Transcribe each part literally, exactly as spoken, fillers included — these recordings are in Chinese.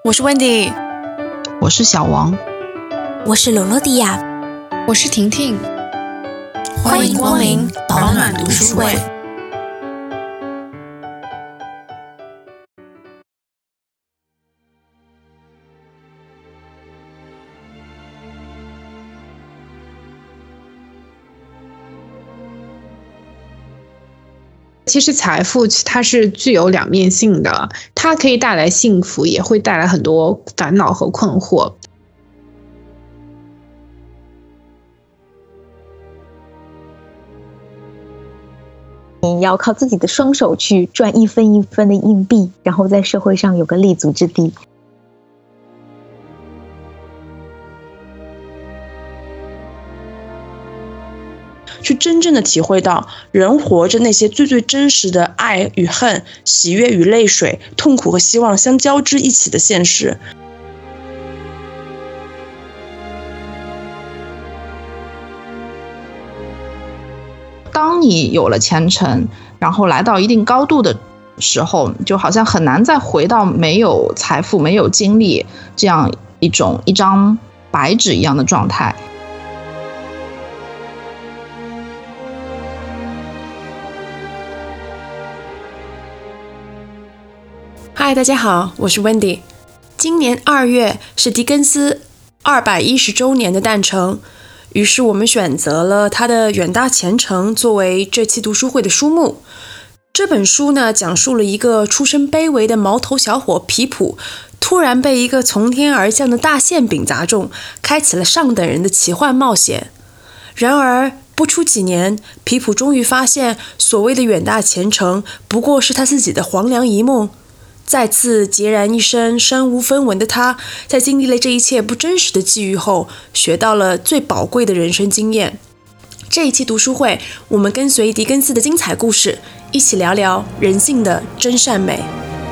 我是 Wendy， 我是小王， 我是罗罗迪亚， 我是婷婷， 欢迎光临保暖读书会。 其实财富它是具有两面性的，它可以带来幸福，也会带来很多烦恼和困惑。 你要靠自己的双手去赚一分一分的硬币，然后在社会上有个立足之地。 去真正的体会到人活着那些最最真实的爱与恨、喜悦与泪水、痛苦和希望相交织一起的现实。 当你有了前程，然后来到一定高度的时候，就好像很难再回到没有财富、没有经历这样一种一张白纸一样的状态。 嗨，大家好，我是 Wendy。今年二月是狄更斯二百一十周年的诞辰，于是我们选择了他的《远大前程》作为这期读书会的书目。这本书呢，讲述了一个出身卑微的毛头小伙皮普，突然被一个从天而降的大馅饼砸中，开启了上等人的奇幻冒险。然而不出几年，皮普终于发现，所谓的远大前程不过是他自己的黄粱一梦。再次孑然一身、身无分文的他，在经历了这一切不真实的际遇后，学到了最宝贵的人生经验。这一期读书会，我们跟随狄更斯的精彩故事，一起聊聊人性的真善美。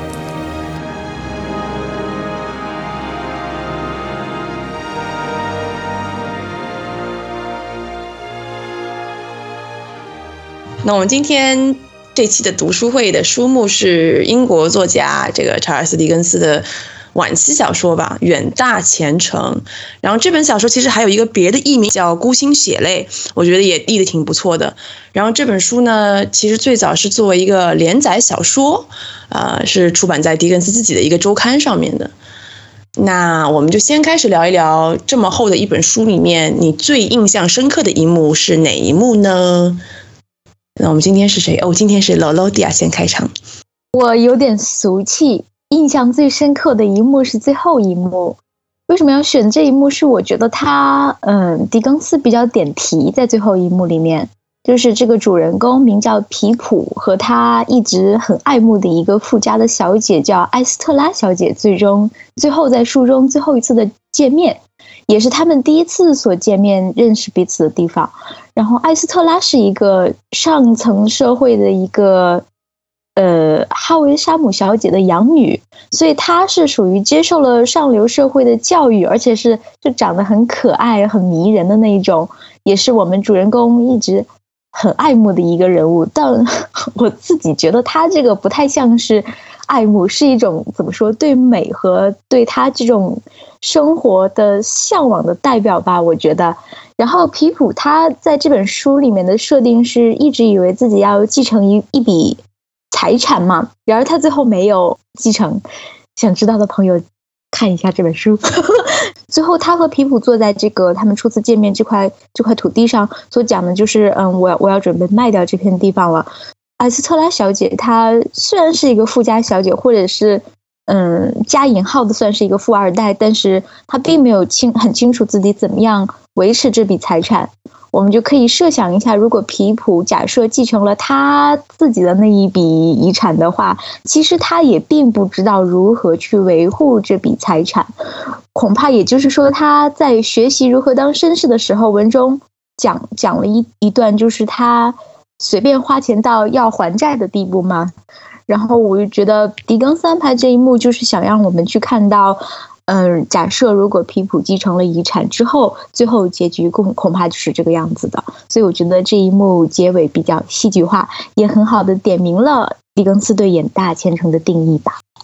那我们今天这期的读书会的书目是英国作家这个查尔斯·狄更斯的晚期小说吧，《远大前程》。然后这本小说其实还有一个别的译名叫《孤星血泪》，我觉得也译得挺不错的。然后这本书呢，其实最早是作为一个连载小说，呃，是出版在狄更斯自己的一个周刊上面的。那我们就先开始聊一聊这么厚的一本书里面，你最印象深刻的一幕是哪一幕呢？那我们今天是谁？哦，今天是罗罗迪亚先开场。 我有点俗气，印象最深刻的一幕是最后一幕。为什么要选这一幕？是我觉得他，嗯，狄更斯比较点题，在最后一幕里面，就是这个主人公名叫皮普，和他一直很爱慕的一个富家的小姐叫埃斯特拉小姐，最终最后在书中最后一次的见面。也是他们第一次所见面认识彼此的地方。然后埃斯特拉是一个上层社会的一个呃哈维沙姆小姐的养女，所以她是属于接受了上流社会的教育，而且是就长得很可爱很迷人的那一种，也是我们主人公一直很爱慕的一个人物。但我自己觉得她这个不太像是爱慕，是一种怎么说，对美和对她这种生活的向往的代表吧，我觉得。然后皮普他在这本书里面的设定是一直以为自己要继承一一笔财产嘛，然而他最后没有继承。想知道的朋友看一下这本书。最后他和皮普坐在这个他们初次见面这块这块土地上，所讲的就是嗯，我要我要准备卖掉这片地方了。埃斯特拉小姐她虽然是一个富家小姐，或者是嗯加引号的算是一个富二代，但是她并没有清很清楚自己怎么样维持这笔财产。我们就可以设想一下，如果皮普假设继承了他自己的那一笔遗产的话，其实他也并不知道如何去维护这笔财产。恐怕也就是说，他在学习如何当绅士的时候，文中讲讲了一一段，就是他随便花钱到要还债的地步嘛。然后我就觉得狄更斯安排这一幕，就是想让我们去看到嗯，假设如果皮普继承了遗产之后，最后结局恐恐怕就是这个样子的。所以我觉得这一幕结尾比较戏剧化，也很好的点明了狄更斯对远大前程的定义吧。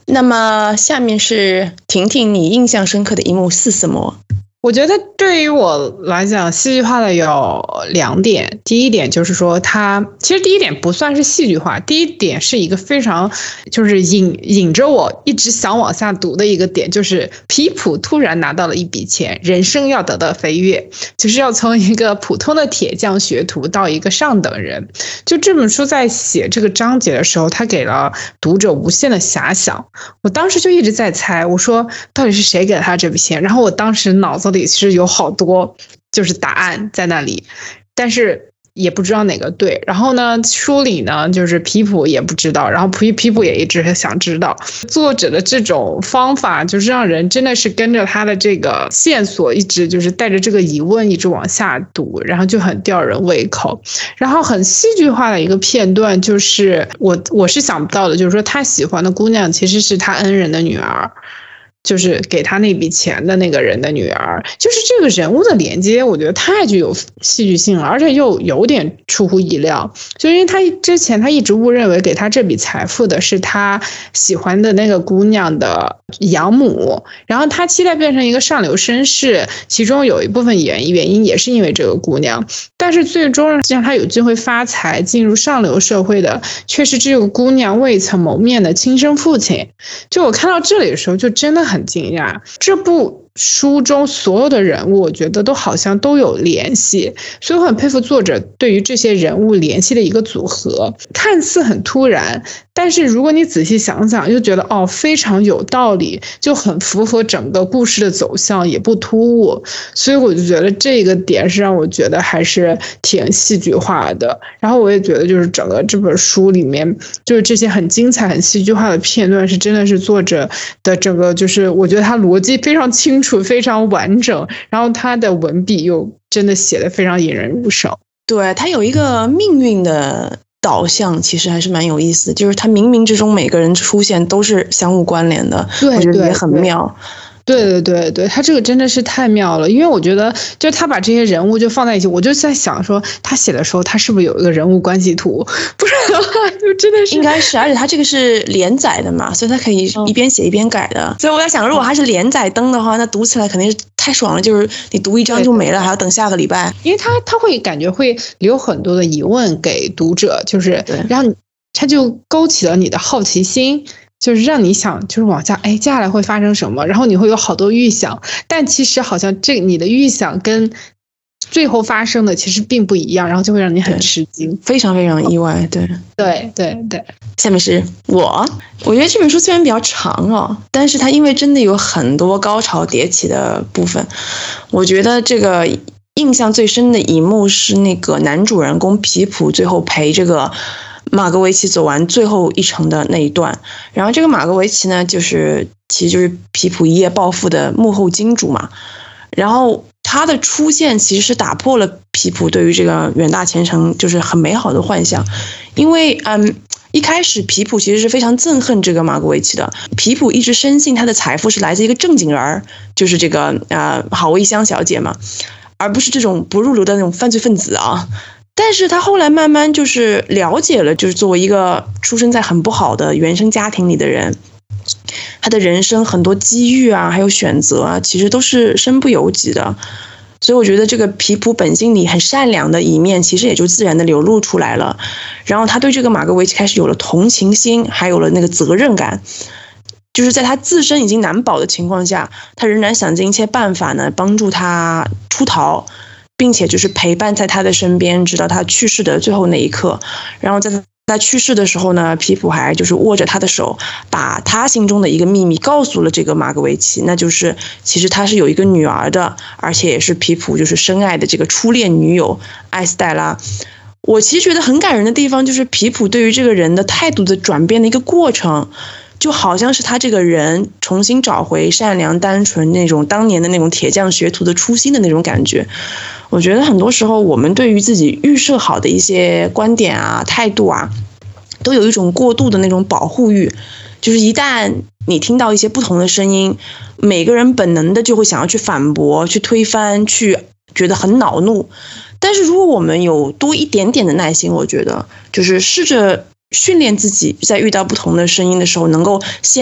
那么下面是婷婷，你印象深刻的一幕是什么？ 我觉得对于我来讲，戏剧化的有两点。第一点就是说它，其实第一点不算是戏剧化，第一点是一个非常就是引引着我一直想往下读的一个点，就是皮普突然拿到了一笔钱，人生要得到飞跃，就是要从一个普通的铁匠学徒到一个上等人。就这本书在写这个章节的时候，他给了读者无限的遐想。我当时就一直在猜，我说到底是谁给了他这笔钱？然后我当时脑子里其实有好多就是答案在那里，但是也不知道哪个对。然后呢，书里呢就是皮普也不知道，然后皮皮普也一直想知道。作者的这种方法就是让人真的是跟着他的这个线索，一直就是带着这个疑问一直往下读，然后就很吊人胃口。然后很戏剧化的一个片段就是我我是想不到的，就是说他喜欢的姑娘其实是他恩人的女儿，就是给他那笔钱的那个人的女儿。就是这个人物的连接我觉得太具有戏剧性了，而且又有点出乎意料。就因为他之前他一直误认为给他这笔财富的是他喜欢的那个姑娘的养母，然后他期待变成一个上流绅士，其中有一部分原因原因也是因为这个姑娘，但是最终让他有机会发财进入上流社会的却是这个姑娘未曾谋面的亲生父亲。就我看到这里的时候就真的很惊讶，这部书中所有的人物我觉得都好像都有联系，所以我很佩服作者对于这些人物联系的一个组合。看似很突然，但是如果你仔细想想又觉得哦非常有道理，就很符合整个故事的走向，也不突兀。所以我就觉得这个点是让我觉得还是挺戏剧化的。然后我也觉得就是整个这本书里面就是这些很精彩很戏剧化的片段是真的是作者的整个就是我觉得他逻辑非常清楚非常完整，然后他的文笔又真的写得非常引人入手。 对，他有一个命运的导向，其实还是蛮有意思的，就是他冥冥之中每个人出现都是相互关联的， 对， 我觉得也很妙。 对对对对，他这个真的是太妙了，因为我觉得就他把这些人物就放在一起，我就在想说他写的时候他是不是有一个人物关系图，不然的话就真的是应该是，而且他这个是连载的嘛，所以他可以一边写一边改的、嗯、所以我在想如果他是连载登的话，那读起来肯定是太爽了，就是你读一章就没了，还要等下个礼拜， 因为他他会感觉会留很多的疑问给读者，就是然后他就勾起了你的好奇心，就是让你想就是往下，哎，接下来会发生什么，然后你会有好多预想，但其实好像这你的预想跟最后发生的其实并不一样，然后就会让你很吃惊， 非常非常意外。对对对对。 下面是我我觉得这本书虽然比较长哦，但是它因为真的有很多高潮迭起的部分，我觉得这个印象最深的一幕是那个男主人公皮普最后陪这个马格维奇走完最后一程的那一段。然后这个马格维奇呢，就是其实就是皮普一夜暴富的幕后金主嘛。然后他的出现其实是打破了皮普对于这个远大前程就是很美好的幻想。因为嗯，一开始皮普其实是非常憎恨这个马格维奇的，皮普一直深信他的财富是来自一个正经人，就是这个呃郝薇香小姐嘛，而不是这种不入流的那种犯罪分子啊。但是他后来慢慢就是了解了，就是作为一个出生在很不好的原生家庭里的人，他的人生很多机遇啊还有选择啊其实都是身不由己的。所以我觉得这个皮普本性里很善良的一面其实也就自然的流露出来了。然后他对这个马格维奇开始有了同情心，还有了那个责任感，就是在他自身已经难保的情况下，他仍然想尽一切办法呢帮助他出逃，并且就是陪伴在他的身边直到他去世的最后那一刻。然后在他去世的时候呢，皮普还就是握着他的手，把他心中的一个秘密告诉了这个马格维奇，那就是其实他是有一个女儿的，而且也是皮普就是深爱的这个初恋女友艾斯黛拉。我其实觉得很感人的地方就是皮普对于这个人的态度的转变的一个过程，就好像是他这个人重新找回善良单纯那种当年的那种铁匠学徒的初心的那种感觉。我觉得很多时候我们对于自己预设好的一些观点啊态度啊都有一种过度的那种保护欲，就是一旦你听到一些不同的声音，每个人本能的就会想要去反驳去推翻，去觉得很恼怒。但是如果我们有多一点点的耐心，我觉得就是试着训练自己在遇到不同的声音的时候能够先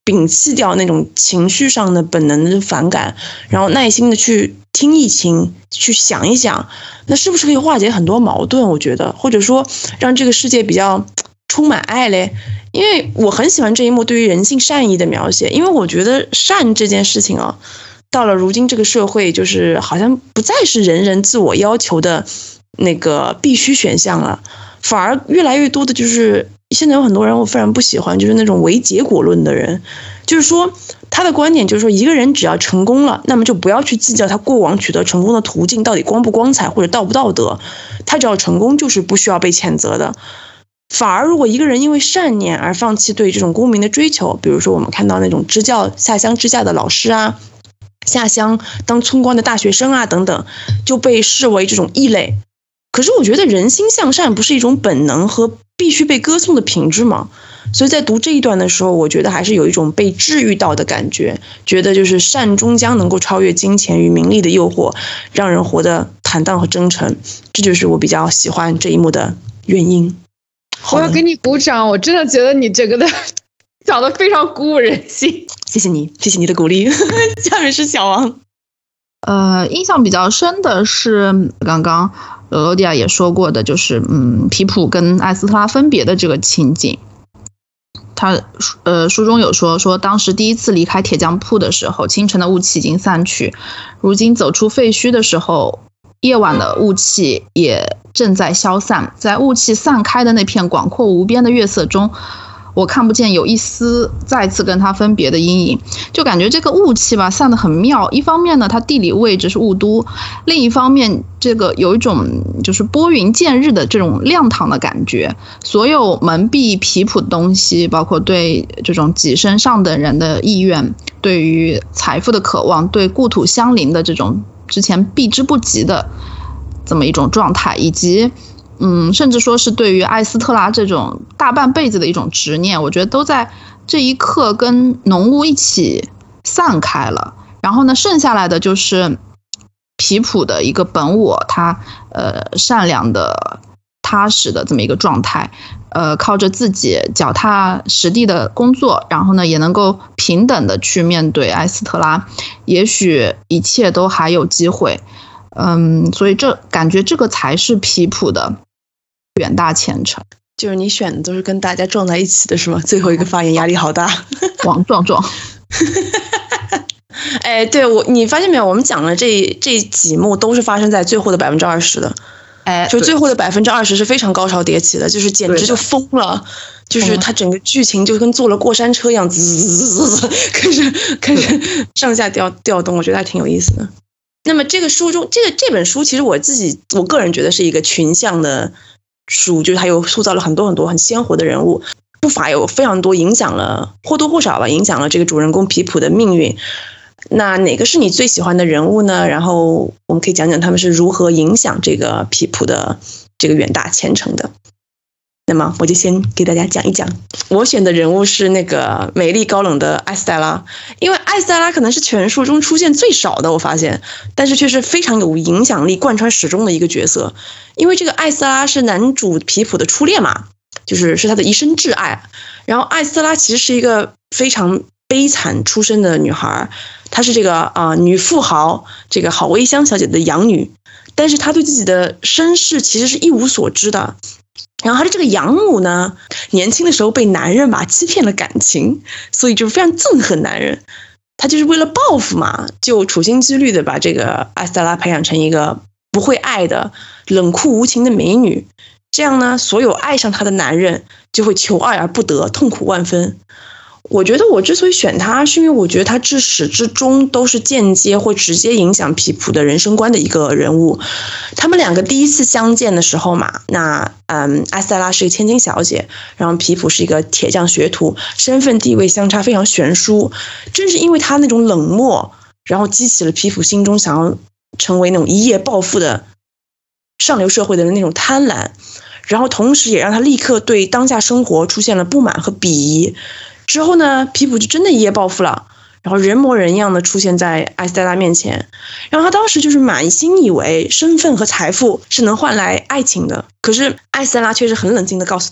摒弃掉那种情绪上的本能的反感，然后耐心的去听一听，去想一想，那是不是可以化解很多矛盾？我觉得，或者说让这个世界比较充满爱嘞。因为我很喜欢这一幕对于人性善意的描写，因为我觉得善这件事情啊，到了如今这个社会，就是好像不再是人人自我要求的那个必须选项了，反而越来越多的就是现在有很多人我非常不喜欢，就是那种唯结果论的人，就是说他的观点就是说，一个人只要成功了，那么就不要去计较他过往取得成功的途径到底光不光彩或者道不道德，他只要成功就是不需要被谴责的。反而如果一个人因为善念而放弃对这种功名的追求，比如说我们看到那种支教下乡支架的老师啊，下乡当村官的大学生啊等等，就被视为这种异类。可是我觉得人心向善不是一种本能和必须被歌颂的品质吗？所以在读这一段的时候，我觉得还是有一种被治愈到的感觉，觉得就是善终将能够超越金钱与名利的诱惑，让人活得坦荡和真诚，这就是我比较喜欢这一幕的原因。 我要给你鼓掌，我真的觉得你这个的讲得非常鼓舞人心。 谢谢你，谢谢你的鼓励。下面是小王。 呃，印象比较深的是刚刚罗罗迪亚也说过的，就是嗯，皮普跟艾斯特拉分别的这个情景。他呃书中有说说当时第一次离开铁匠铺的时候，清晨的雾气已经散去，如今走出废墟的时候，夜晚的雾气也正在消散，在雾气散开的那片广阔无边的月色中，我看不见有一丝再次跟它分别的阴影，就感觉这个雾气吧散得很妙。一方面呢，它地理位置是雾都，另一方面这个有一种就是拨云见日的这种亮堂的感觉。所有蒙蔽皮普的东西，包括对这种跻身上等人的意愿，对于财富的渴望，对故土相邻的这种之前避之不及的这么一种状态，以及嗯，甚至说是对于艾斯特拉这种大半辈子的一种执念，我觉得都在这一刻跟浓雾一起散开了。然后呢，剩下来的就是皮普的一个本我，他呃善良的、踏实的这么一个状态，呃，靠着自己脚踏实地的工作，然后呢，也能够平等的去面对艾斯特拉，也许一切都还有机会。嗯，所以这感觉这个才是皮普的远大前程。 就是你选的都是跟大家撞在一起的是吗？最后一个发言压力好大。 往撞撞。 哎，对，我你发现没有？我们讲的这这几幕都是发生在最后的百分之二十的。 哎， 就最后的百分之二十是非常高潮迭起的，就是简直就疯了，就是它整个剧情就跟坐了过山车一样，滋滋滋滋，开始开始上下调调动，我觉得还挺有意思的。那么这个书中，这个这本书其实我自己我个人觉得是一个群像的书，就是它有塑造了很多很多很鲜活的人物，不乏有非常多影响了或多或少吧影响了这个主人公皮普的命运。那哪个是你最喜欢的人物呢？然后我们可以讲讲他们是如何影响这个皮普的这个远大前程的。那么我就先给大家讲一讲，我选的人物是那个美丽高冷的艾斯黛拉，因为艾斯黛拉可能是全书中出现最少的，我发现，但是却是非常有影响力、贯穿始终的一个角色。因为这个艾斯黛拉是男主皮普的初恋嘛，就是是他的一生挚爱。然后艾斯黛拉其实是一个非常悲惨出身的女孩，她是这个啊、呃、女富豪，这个郝薇香小姐的养女，但是她对自己的身世其实是一无所知的。然后她的这个养母呢，年轻的时候被男人吧欺骗了感情，所以就非常憎恨男人。她就是为了报复嘛，就处心积虑的把这个艾斯黛拉培养成一个不会爱的、冷酷无情的美女。这样呢，所有爱上她的男人就会求爱而不得，痛苦万分。我觉得我之所以选他，是因为我觉得他至始至终都是间接或直接影响皮普的人生观的一个人物。他们两个第一次相见的时候嘛，那嗯，艾斯黛拉是一个千金小姐，然后皮普是一个铁匠学徒，身份地位相差非常悬殊。正是因为他那种冷漠，然后激起了皮普心中想要成为那种一夜暴富的上流社会的那种贪婪，然后同时也让他立刻对当下生活出现了不满和鄙夷。之后呢，皮普就真的一夜暴富了，然后人模人样的出现在艾斯黛拉面前，然后他当时就是满心以为身份和财富是能换来爱情的，可是艾斯黛拉却是很冷静的告诉他，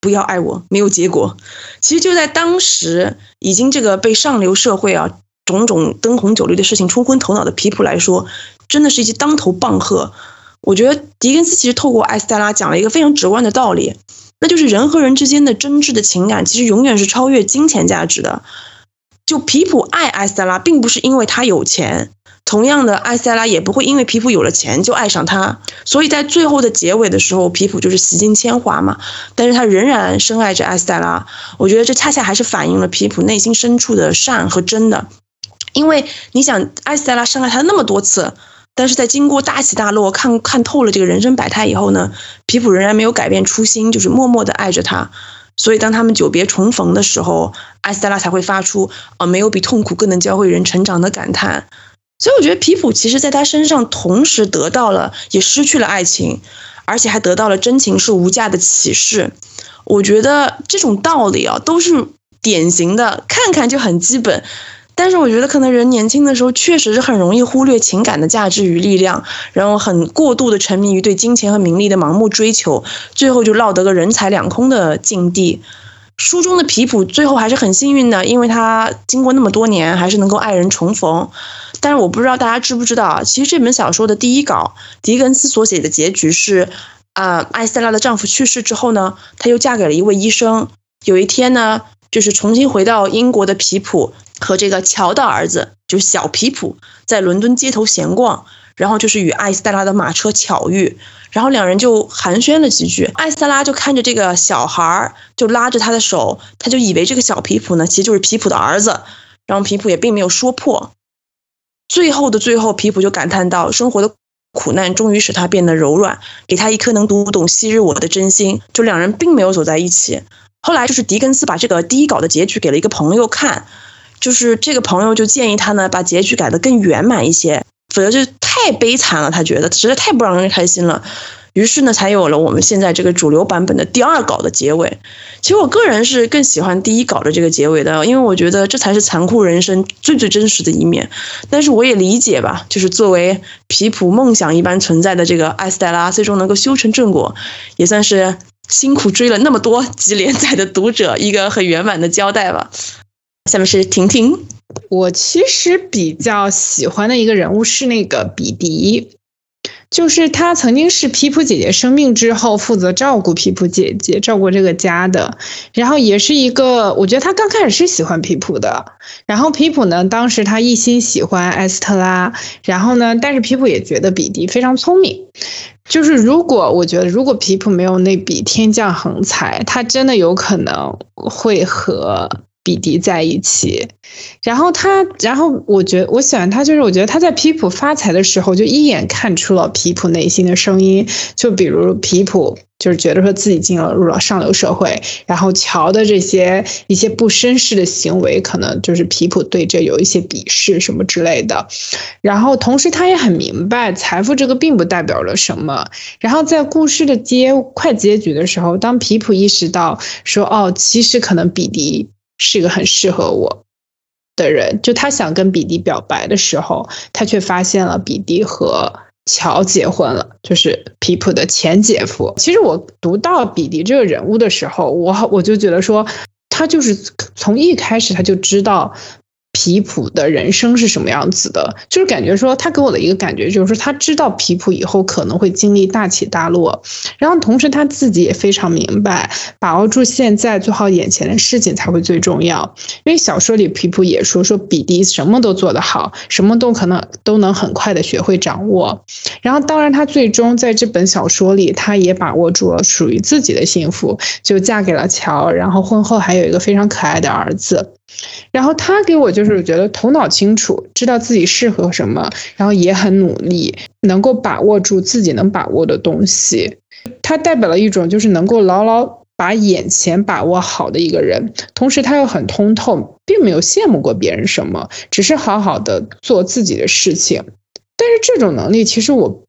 不要爱我，没有结果。其实就在当时，已经这个被上流社会啊种种灯红酒绿的事情冲昏头脑的皮普来说，真的是一记当头棒喝。我觉得狄更斯其实透过艾斯黛拉讲了一个非常直观的道理，那就是人和人之间的真挚的情感其实永远是超越金钱价值的。就皮普爱艾斯黛拉并不是因为他有钱，同样的艾斯黛拉也不会因为皮普有了钱就爱上他，所以在最后的结尾的时候，皮普就是洗尽铅华嘛，但是他仍然深爱着艾斯黛拉。我觉得这恰恰还是反映了皮普内心深处的善和真的。因为你想，艾斯黛拉伤害他那么多次，但是在经过大起大落看看透了这个人生百态以后呢，皮普仍然没有改变初心，就是默默的爱着他。所以当他们久别重逢的时候，艾斯黛拉才会发出呃没有比痛苦更能教会人成长的感叹。所以我觉得皮普其实在他身上同时得到了也失去了爱情，而且还得到了真情是无价的启示。我觉得这种道理啊都是典型的，看看就很基本，但是我觉得可能人年轻的时候确实是很容易忽略情感的价值与力量，然后很过度的沉迷于对金钱和名利的盲目追求，最后就落得个人财两空的境地。书中的皮普最后还是很幸运的，因为他经过那么多年还是能够爱人重逢。但是我不知道大家知不知道，其实这本小说的第一稿狄更斯所写的结局是呃，艾斯黛拉的丈夫去世之后呢，她又嫁给了一位医生。有一天呢，就是重新回到英国的皮普和这个乔的儿子就是小皮普在伦敦街头闲逛，然后就是与艾斯黛拉的马车巧遇，然后两人就寒暄了几句。艾斯黛拉就看着这个小孩就拉着他的手，他就以为这个小皮普呢其实就是皮普的儿子，然后皮普也并没有说破。最后的最后，皮普就感叹到生活的苦难终于使他变得柔软，给他一颗能读懂昔日我的真心，就两人并没有走在一起。后来就是狄更斯把这个第一稿的结局给了一个朋友看，就是这个朋友就建议他呢把结局改得更圆满一些，否则就太悲惨了，他觉得实在太不让人开心了。于是呢才有了我们现在这个主流版本的第二稿的结尾。其实我个人是更喜欢第一稿的这个结尾的，因为我觉得这才是残酷人生最最真实的一面。但是我也理解吧，就是作为皮普梦想一般存在的这个艾斯黛拉最终能够修成正果，也算是辛苦追了那么多集连载的读者一个很圆满的交代吧。下面是婷婷。 我其实比较喜欢的一个人物是那个比迪，就是他曾经是皮普姐姐生病之后负责照顾皮普姐姐，照顾这个家的，然后也是一个，我觉得他刚开始是喜欢皮普的，然后皮普呢当时他一心喜欢艾斯特拉，然后呢但是皮普也觉得比迪非常聪明，就是如果我觉得如果皮普没有那笔天降横财，他真的有可能会和比迪在一起。然后他然后我觉得我喜欢他，就是我觉得他在皮普发财的时候就一眼看出了皮普内心的声音，就比如皮普就是觉得说自己进入了上流社会，然后乔的这些一些不绅士的行为可能就是皮普对这有一些鄙视什么之类的，然后同时他也很明白财富这个并不代表了什么。然后在故事的结快结局的时候，当皮普意识到说哦其实可能比迪是个很适合我的人，就他想跟比迪表白的时候，他却发现了比迪和乔结婚了，就是皮普的前姐夫。其实我读到比迪这个人物的时候，我我就觉得说他就是从一开始他就知道皮普的人生是什么样子的，就是感觉说他给我的一个感觉就是说他知道皮普以后可能会经历大起大落，然后同时他自己也非常明白把握住现在做好眼前的事情才会最重要。因为小说里皮普也说说比迪什么都做得好，什么都可能都能很快的学会掌握，然后当然他最终在这本小说里他也把握住了属于自己的幸福，就嫁给了乔，然后婚后还有一个非常可爱的儿子。然后他给我就是觉得头脑清楚，知道自己适合什么，然后也很努力，能够把握住自己能把握的东西。他代表了一种就是能够牢牢把眼前把握好的一个人，同时他又很通透，并没有羡慕过别人什么，只是好好的做自己的事情。但是这种能力其实我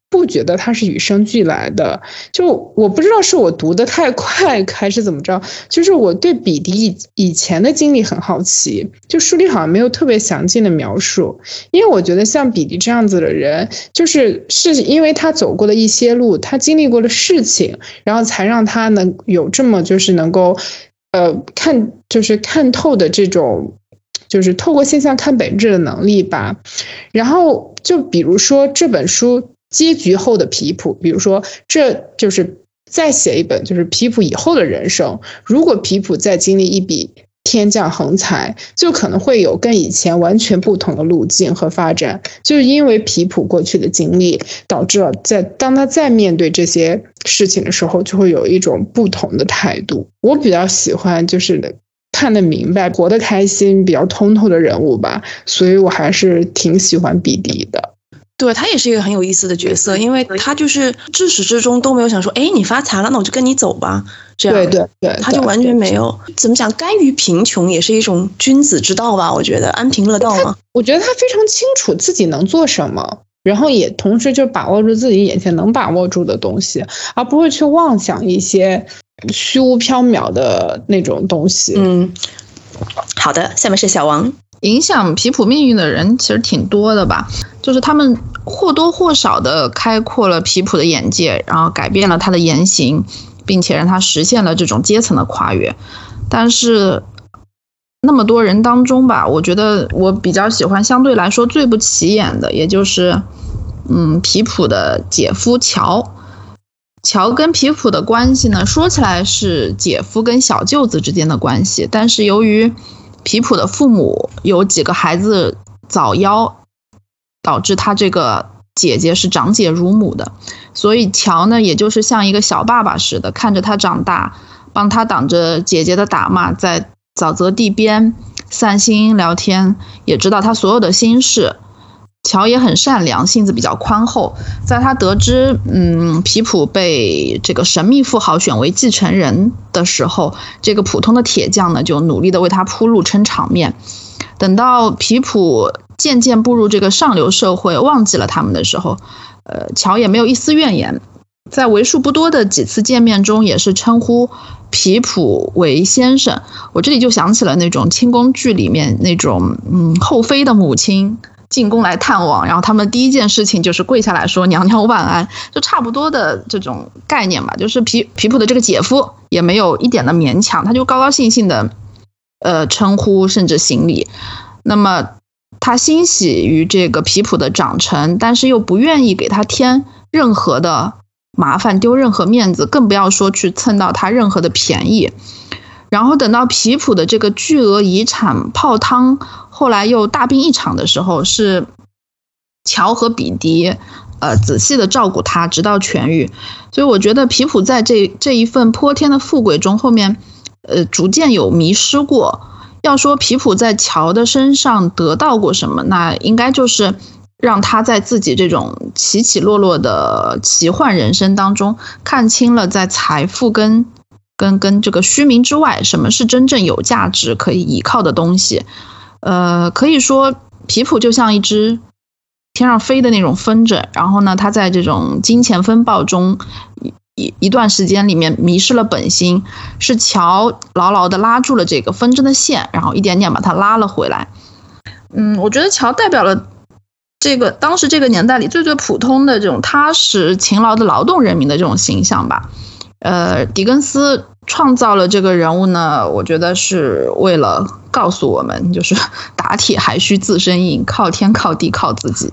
不觉得它是与生俱来的。就我不知道是我读得太快还是怎么着，就是我对彼迪以以前的经历很好奇，就书里好像没有特别详尽的描述。因为我觉得像彼迪这样子的人，就是是因为他走过的一些路，他经历过的事情，然后才让他能有这么就是能够呃看就是看透的这种就是透过现象看本质的能力吧。然后就比如说这本书结局后的皮普，比如说这就是再写一本就是皮普以后的人生，如果皮普再经历一笔天降横财，就可能会有跟以前完全不同的路径和发展。就是因为皮普过去的经历，导致了在当他再面对这些事情的时候，就会有一种不同的态度。我比较喜欢就是看得明白、活得开心、比较通透的人物吧，所以我还是挺喜欢彼迪的。 对，他也是一个很有意思的角色，因为他就是至始至终都没有想说，哎，你发财了，那我就跟你走吧，这样。 对对对， 他就完全没有。怎么讲，甘于贫穷也是一种君子之道吧？我觉得安贫乐道嘛。 我觉得他非常清楚自己能做什么，然后也同时就把握住自己眼前能把握住的东西，而不会去妄想一些虚无缥缈的那种东西。 嗯，好的，下面是小王。 影响皮普命运的人其实挺多的吧，就是他们或多或少的开阔了皮普的眼界，然后改变了他的言行，并且让他实现了这种阶层的跨越。但是那么多人当中吧，我觉得我比较喜欢相对来说最不起眼的，也就是嗯皮普的姐夫乔。乔跟皮普的关系呢，说起来是姐夫跟小舅子之间的关系，但是由于皮普的父母有几个孩子早夭，导致他这个姐姐是长姐如母的，所以乔呢，也就是像一个小爸爸似的，看着他长大，帮他挡着姐姐的打骂，在沼泽地边散心聊天，也知道他所有的心事。乔也很善良，性子比较宽厚。在他得知嗯皮普被这个神秘富豪选为继承人的时候，这个普通的铁匠呢就努力的为他铺路撑场面。等到皮普渐渐步入这个上流社会，忘记了他们的时候，呃乔也没有一丝怨言，在为数不多的几次见面中也是称呼皮普为先生。我这里就想起了那种清宫剧里面那种嗯后妃的母亲进宫来探望，然后他们第一件事情就是跪下来说娘娘万安，就差不多的这种概念吧。就是皮皮普的这个姐夫也没有一点的勉强，他就高高兴兴的呃称呼甚至行礼。那么他欣喜于这个皮普的长成，但是又不愿意给他添任何的麻烦，丢任何面子，更不要说去蹭到他任何的便宜。然后等到皮普的这个巨额遗产泡汤，后来又大病一场的时候，是乔和彼迪呃仔细的照顾他，直到痊愈。所以我觉得皮普在这这一份泼天的富贵中，后面呃逐渐有迷失过。要说皮普在乔的身上得到过什么，那应该就是让他在自己这种起起落落的奇幻人生当中，看清了在财富跟跟跟这个虚名之外，什么是真正有价值可以依靠的东西。呃，可以说皮普就像一只天上飞的那种风筝，然后呢，他在这种金钱风暴中一一段时间里面迷失了本心，是乔牢牢的拉住了这个风筝的线，然后一点点把它拉了回来。嗯，我觉得乔代表了这个当时这个年代里最最普通的这种踏实勤劳的劳动人民的这种形象吧。呃，狄更斯创造了这个人物呢，我觉得是为了告诉我们，就是打铁还需自身硬，靠天靠地靠自己。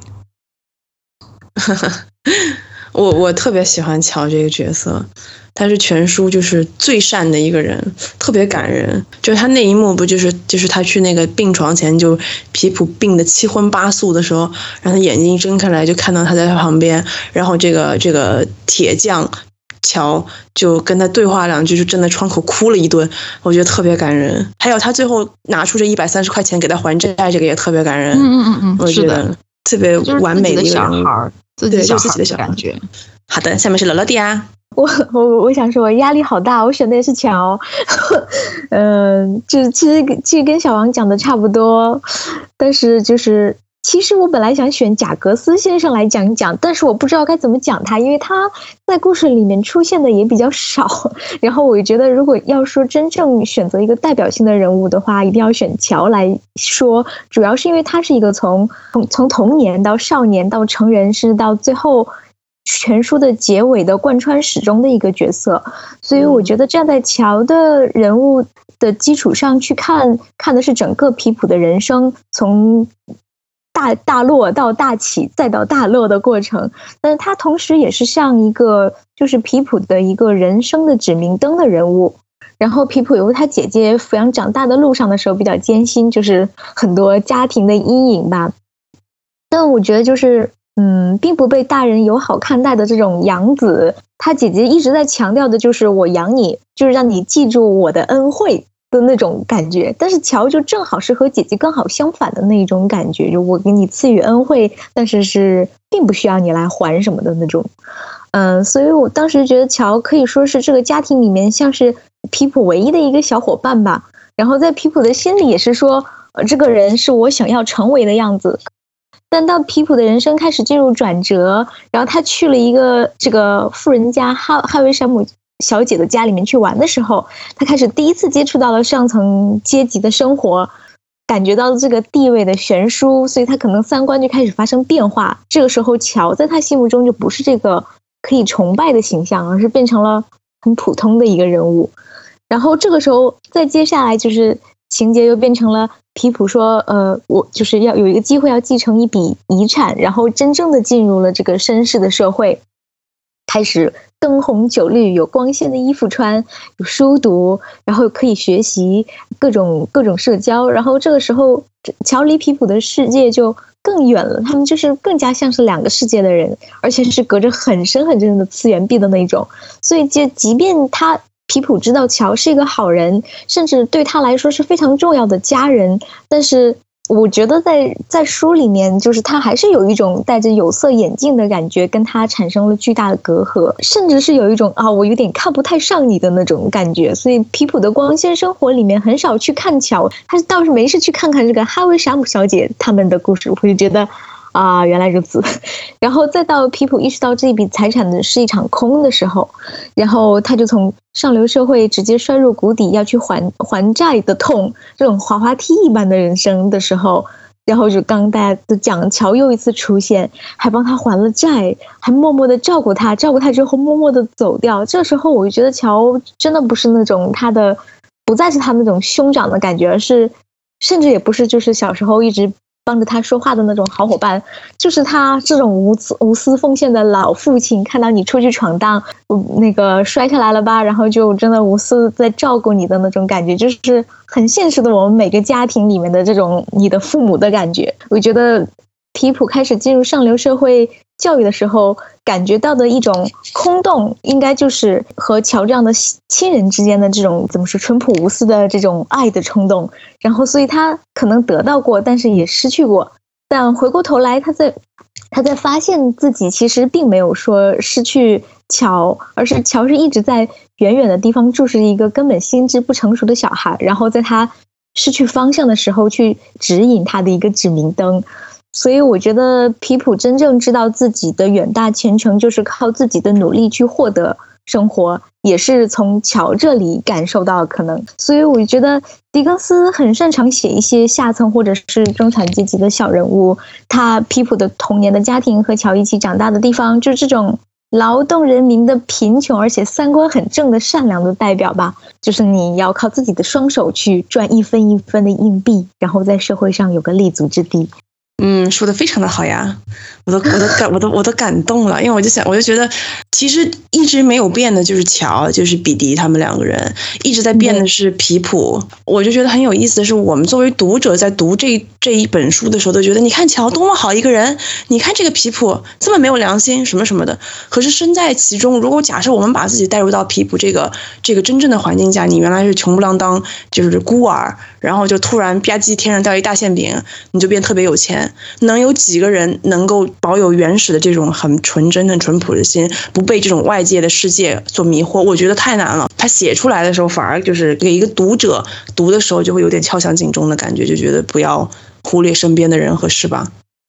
我我特别喜欢乔这个角色，他是全书就是最善的一个人，特别感人。就是他那一幕不就是就是他去那个病床前，就皮普病得七荤八素的时候，让他眼睛一睁开来就看到他在他旁边，然后这个这个铁匠乔就跟他对话两句，就站在窗口哭了一顿，我觉得特别感人。还有他最后拿出这一百三十块钱给他还债，这个也特别感人。 嗯嗯嗯， 我觉得特别完美的一个人物， 自己小孩， 自己的小孩感觉。好的，下面是乐乐迪啊。 我我我想说，我压力好大，我选的也是乔。嗯、呃，就其实其实跟小王讲的差不多，但是就是其实我本来想选贾格斯先生来讲一讲，但是我不知道该怎么讲他，因为他在故事里面出现的也比较少。然后我觉得，如果要说真正选择一个代表性的人物的话，一定要选乔来说，主要是因为他是一个从从从童年到少年到成人，是到最后全书的结尾的贯穿始终的一个角色。所以我觉得站在乔的人物的基础上去看，看的是整个皮普的人生，从大大落到大起再到大落的过程，但是他同时也是像一个就是皮普的一个人生的指明灯的人物。然后皮普由他姐姐抚养长大的路上的时候比较艰辛，就是很多家庭的阴影吧。但我觉得就是嗯，并不被大人友好看待的这种养子，他姐姐一直在强调的就是我养你，就是让你记住我的恩惠的那种感觉。但是乔就正好是和姐姐刚好相反的那一种感觉，就我给你赐予恩惠，但是是并不需要你来还什么的那种。嗯，所以我当时觉得乔可以说是这个家庭里面像是皮普唯一的一个小伙伴吧。然后在皮普的心里也是说，呃，这个人是我想要成为的样子。但到皮普的人生开始进入转折，然后他去了一个这个富人家哈哈维山姆小姐的家里面去玩的时候，他开始第一次接触到了上层阶级的生活，感觉到这个地位的悬殊，所以他可能三观就开始发生变化。这个时候乔在他心目中就不是这个可以崇拜的形象，而是变成了很普通的一个人物。然后这个时候再接下来就是情节又变成了皮普说呃，我就是要有一个机会要继承一笔遗产，然后真正的进入了这个绅士的社会，开始灯红酒绿，有光鲜的衣服穿，有书读，然后可以学习各种各种社交。然后这个时候乔离皮普的世界就更远了，他们就是更加像是两个世界的人，而且是隔着很深很深的次元壁的那种。所以就即便他皮普知道乔是一个好人，甚至对他来说是非常重要的家人，但是我觉得在在书里面，就是他还是有一种戴着有色眼镜的感觉，跟他产生了巨大的隔阂，甚至是有一种啊，我有点看不太上你的那种感觉。所以皮普的光鲜生活里面很少去看乔，他倒是没事去看看这个哈维山姆小姐他们的故事，我就觉得啊，原来如此。然后再到皮普意识到这笔财产的是一场空的时候，然后他就从上流社会直接摔入谷底，要去还还债的痛，这种滑滑梯一般的人生的时候，然后就刚大家都讲乔又一次出现，还帮他还了债，还默默的照顾他，照顾他之后默默的走掉。这时候我就觉得乔真的不是那种他的，不再是他那种兄长的感觉，而是甚至也不是就是小时候一直帮着他说话的那种好伙伴，就是他这种无私无私奉献的老父亲，看到你出去闯荡，那个摔下来了吧，然后就真的无私在照顾你的那种感觉，就是很现实的我们每个家庭里面的这种你的父母的感觉。我觉得皮普开始进入上流社会教育的时候，感觉到的一种空洞，应该就是和乔这样的亲人之间的这种怎么说淳朴无私的这种爱的冲动。然后所以他可能得到过，但是也失去过，但回过头来他在他在发现自己其实并没有说失去乔，而是乔是一直在远远的地方注视一个根本心智不成熟的小孩，然后在他失去方向的时候去指引他的一个指明灯。所以我觉得皮普真正知道自己的远大前程就是靠自己的努力去获得生活，也是从乔这里感受到可能。所以我觉得狄更斯很擅长写一些下层或者是中产阶级的小人物，他皮普的童年的家庭和乔一起长大的地方，就是这种劳动人民的贫穷而且三观很正的善良的代表吧。就是你要靠自己的双手去赚一分一分的硬币，然后在社会上有个立足之地。 嗯，说的非常的好呀，我都我都感我都我都感动了，因为我就想，我就觉得，其实一直没有变的就是乔，就是比迪他们两个人，一直在变的是皮普。嗯、我就觉得很有意思的是，我们作为读者在读这这一本书的时候，都觉得你看乔多么好一个人，你看这个皮普这么没有良心什么什么的。可是身在其中，如果假设我们把自己带入到皮普这个这个真正的环境下，你原来是穷不啷当，就是孤儿，然后就突然吧唧天上掉一大馅饼，你就变特别有钱。能有几个人能够保有原始的这种很纯真很淳朴的心，不被这种外界的世界所迷惑？我觉得太难了。他写出来的时候，反而就是给一个读者读的时候就会有点敲响警钟的感觉，就觉得不要忽略身边的人和事吧。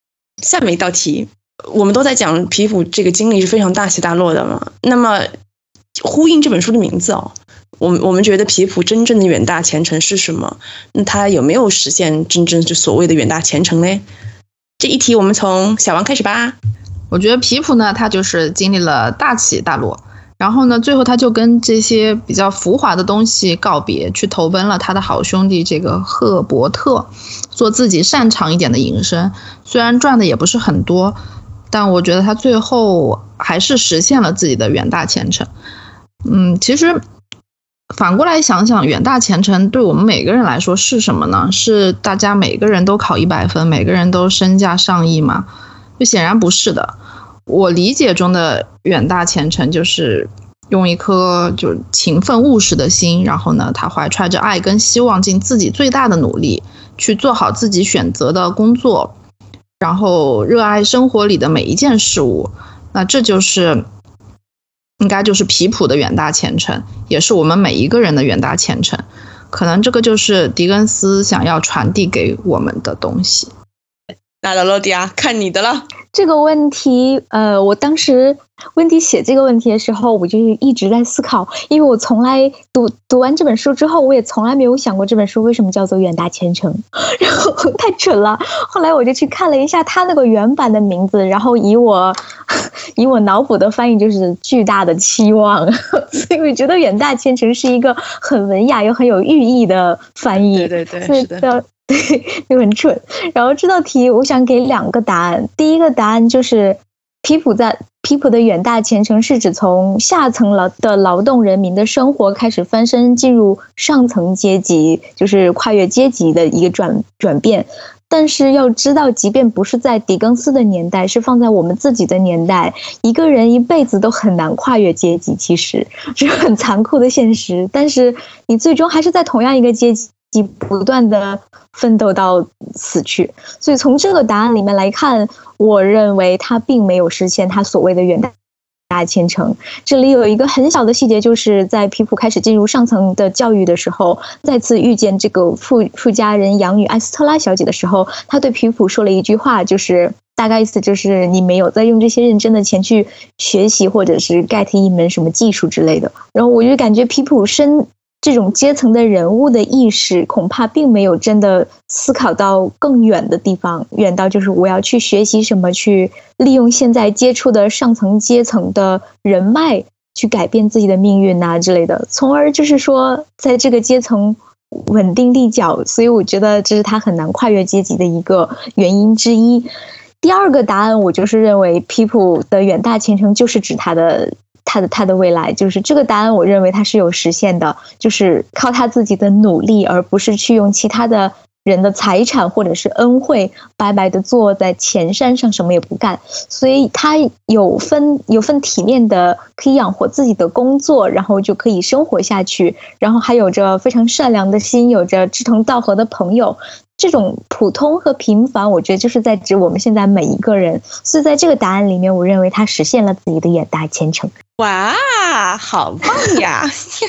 下面一道题，我们都在讲皮普这个经历是非常大起大落的嘛，那么呼应这本书的名字哦，我们我们觉得皮普真正的远大前程是什么？那他有没有实现真正就所谓的远大前程呢？这一题我们从小王开始吧。 我觉得皮普呢，他就是经历了大起大落，然后呢，最后他就跟这些比较浮华的东西告别，去投奔了他的好兄弟这个赫伯特，做自己擅长一点的营生。虽然赚的也不是很多，但我觉得他最后还是实现了自己的远大前程。嗯，其实反过来想想，远大前程对我们每个人来说是什么呢？是大家每个人都考一百分，每个人都身价上亿吗？就显然不是的。我理解中的远大前程就是用一颗就勤奋务实的心，然后呢，他怀揣着爱跟希望，尽自己最大的努力去做好自己选择的工作，然后热爱生活里的每一件事物。那这就是应该就是皮普的远大前程，也是我们每一个人的远大前程。可能这个就是狄更斯想要传递给我们的东西。 那罗罗迪亚，看你的了。 这个问题，呃，我当时温迪写这个问题的时候，我就一直在思考，因为我从来读读完这本书之后，我也从来没有想过这本书为什么叫做远大前程，然后太蠢了。后来我就去看了一下他那个原版的名字，然后以我以我脑补的翻译就是巨大的期望，所以我觉得远大前程是一个很文雅又很有寓意的翻译。 对对对， 是的。对，就很蠢。然后这道题我想给两个答案。第一个答案就是皮普在皮普的远大前程是指从下层劳的劳动人民的生活开始翻身进入上层阶级，就是跨越阶级的一个转转变。但是要知道，即便不是在狄更斯的年代，是放在我们自己的年代，一个人一辈子都很难跨越阶级，其实是很残酷的现实。但是你最终还是在同样一个阶级不断的奋斗到死去，所以从这个答案里面来看，我认为他并没有实现他所谓的远大前程。这里有一个很小的细节，就是在皮普开始进入上层的教育的时候，再次遇见这个富富家人养女艾斯特拉小姐的时候，他对皮普说了一句话，就是大概意思就是你没有在用这些认真的钱去学习或者是 get 一门什么技术之类的。然后我就感觉皮普深这种阶层的人物的意识恐怕并没有真的思考到更远的地方，远到就是我要去学习什么，去利用现在接触的上层阶层的人脉去改变自己的命运啊之类的，从而就是说在这个阶层稳定立脚，所以我觉得这是他很难跨越阶级的一个原因之一。第二个答案我就是认为皮普的远大前程就是指他的他的他的未来，就是这个答案我认为他是有实现的，就是靠他自己的努力，而不是去用其他的人的财产或者是恩惠白白的坐在前山上什么也不干，所以他有份有份体面的可以养活自己的工作，然后就可以生活下去，然后还有着非常善良的心，有着志同道合的朋友。这种普通和平凡，我觉得就是在指我们现在每一个人。所以在这个答案里面，我认为他实现了自己的远大前程。 哇，好棒呀！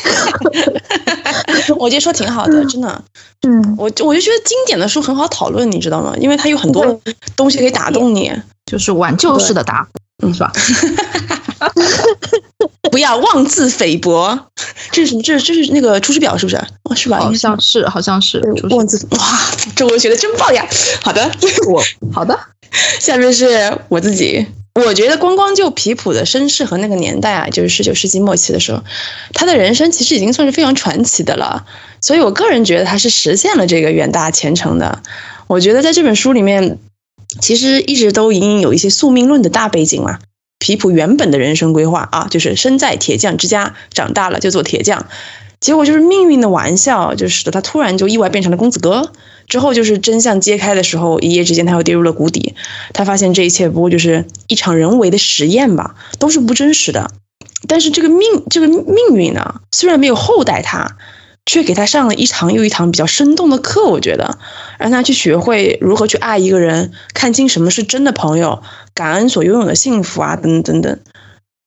我觉得说挺好的，真的。 嗯， 我我就觉得经典的书很好讨论，你知道吗？因为它有很多东西可以打动你， 就是挽救式的答案，嗯，是吧？ 不要妄自菲薄，这是什么？这是这是那个出师表是不是？哦，是吧？ 好像是，好像是。 妄自哇，中文学的真棒呀！好的， 我好的。 下面是我自己，我觉得光光就皮普的身世和那个年代啊，就是十九世纪末期的时候，他的人生其实已经算是非常传奇的了。所以我个人觉得他是实现了这个远大前程的。我觉得在这本书里面，其实一直都已经有一些宿命论的大背景了。皮普原本的人生规划啊，就是生在铁匠之家，长大了就做铁匠，结果就是命运的玩笑，就使得他突然就意外变成了公子哥。之后就是真相揭开的时候，一夜之间他又跌入了谷底。他发现这一切不过就是一场人为的实验吧，都是不真实的。但是这个命这个命运呢，虽然没有厚待他，却给他上了一堂又一堂比较生动的课，我觉得让他去学会如何去爱一个人，看清什么是真的朋友，感恩所拥有的幸福啊，等等等等。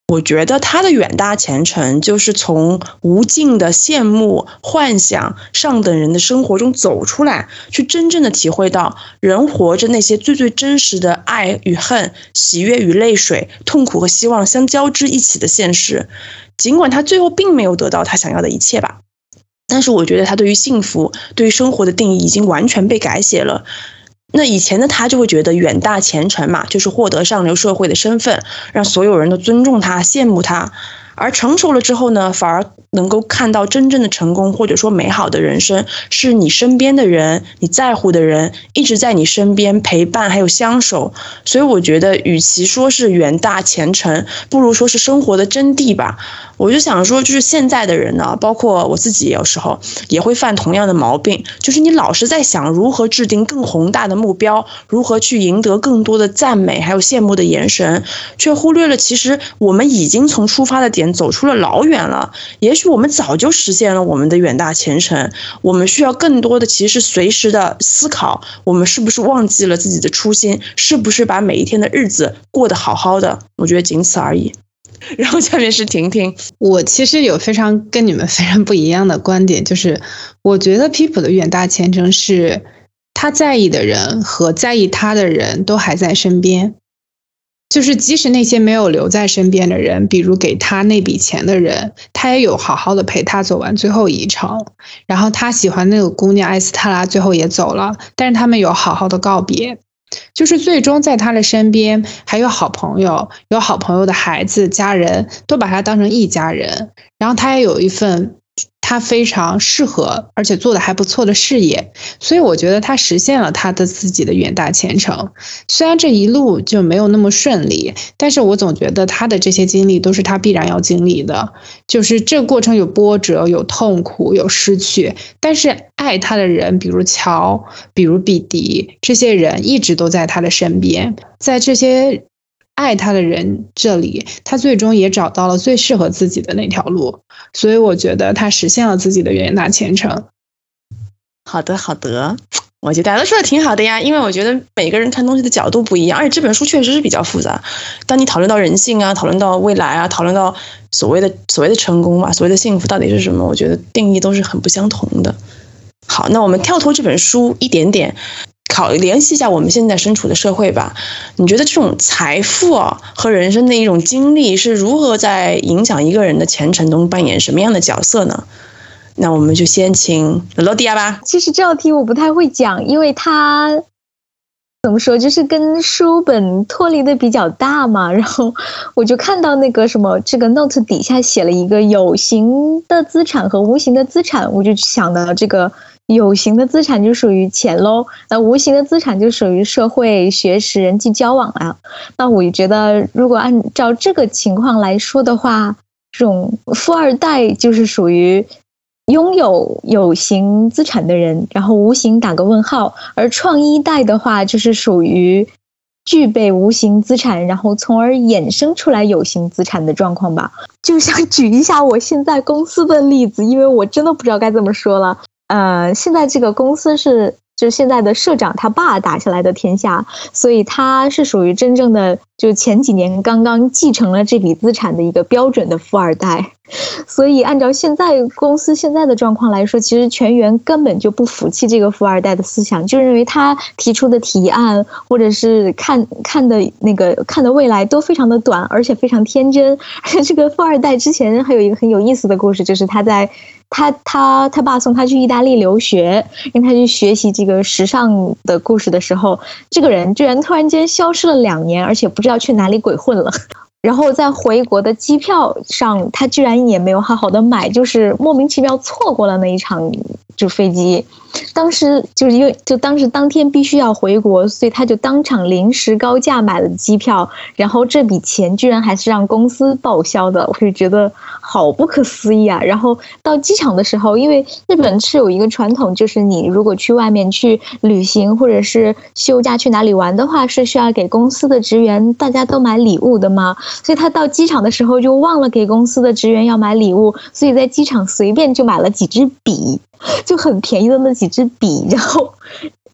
我觉得他的远大前程就是从无尽的羡慕、幻想上等人的生活中走出来，去真正的体会到人活着那些最最真实的爱与恨、喜悦与泪水、痛苦和希望相交织一起的现实。尽管他最后并没有得到他想要的一切吧，但是我觉得他对于幸福、对于生活的定义已经完全被改写了。那以前的他就会觉得远大前程嘛，就是获得上流社会的身份，让所有人都尊重他、羡慕他。而成熟了之后呢，反而能够看到真正的成功或者说美好的人生，是你身边的人、你在乎的人一直在你身边陪伴还有相守。所以我觉得与其说是远大前程，不如说是生活的真谛吧。我就想说，就是现在的人呢，包括我自己有时候也会犯同样的毛病，就是你老是在想如何制定更宏大的目标，如何去赢得更多的赞美还有羡慕的眼神，却忽略了其实我们已经从出发的点走出了老远了。也许我们早就实现了我们的远大前程，我们需要更多的其实随时的思考，我们是不是忘记了自己的初心，是不是把每一天的日子过得好好的，我觉得仅此而已。然后下面是婷婷。 我其实有非常跟你们非常不一样的观点，就是我觉得 People 的远大前程是他在意的人和在意他的人都还在身边，就是即使那些没有留在身边的人，比如给他那笔钱的人，他也有好好的陪他走完最后一程。然后他喜欢那个姑娘艾斯特拉最后也走了，但是他们有好好的告别，就是最终在他的身边还有好朋友，有好朋友的孩子、家人都把他当成一家人。然后他也有一份他非常适合而且做得还不错的事业，所以我觉得他实现了他的自己的远大前程。虽然这一路就没有那么顺利，但是我总觉得他的这些经历都是他必然要经历的，就是这个过程有波折、有痛苦、有失去，但是爱他的人，比如乔、比如彼得，这些人一直都在他的身边。在这些爱他的人这里，他最终也找到了最适合自己的那条路，所以我觉得他实现了自己的远大前程。 好的好的，我觉得大家都说的挺好的呀，因为我觉得每个人看东西的角度不一样，而且这本书确实是比较复杂。当你讨论到人性啊，讨论到未来啊，讨论到所谓的所谓的成功嘛，所谓的幸福到底是什么，我觉得定义都是很不相同的。好，那我们跳脱这本书一点点，考联系一下我们现在身处的社会吧。你觉得这种财富啊和人生的一种经历是如何在影响一个人的前程中扮演什么样的角色呢？那我们就先请罗迪亚吧。 其实这道题我不太会讲，因为它怎么说，就是跟书本脱离的比较大嘛。然后我就看到那个什么，这个 note 底下写了一个有形的资产和无形的资产，我就想到这个有形的资产就属于钱喽，那无形的资产就属于社会、学识、人际交往啊。那我觉得，如果按照这个情况来说的话，这种富二代就是属于拥有有形资产的人，然后无形打个问号。而创一代的话，就是属于具备无形资产，然后从而衍生出来有形资产的状况吧。就想举一下我现在公司的例子，因为我真的不知道该怎么说了。呃，现在这个公司是就现在的社长他爸打下来的天下，所以他是属于真正的就前几年刚刚继承了这笔资产的一个标准的富二代。所以按照现在公司现在的状况来说，其实全员根本就不服气这个富二代的思想，就认为他提出的提案或者是看看的那个看的未来都非常的短，而且非常天真。而且这个富二代之前还有一个很有意思的故事，就是他在他他他爸送他去意大利留学，让他去学习这个时尚的故事的时候，这个人居然突然间消失了两年，而且不知道去哪里鬼混了。然后在回国的机票上，他居然也没有好好的买，就是莫名其妙错过了那一场就飞机。当时就是因为就当时当天必须要回国，所以他就当场临时高价买了机票，然后这笔钱居然还是让公司报销的，我就觉得好不可思议啊。然后到机场的时候，因为日本是有一个传统，就是你如果去外面去旅行或者是休假去哪里玩的话，是需要给公司的职员大家都买礼物的嘛。所以他到机场的时候就忘了给公司的职员要买礼物，所以在机场随便就买了几支笔，就很便宜的那几支笔，然后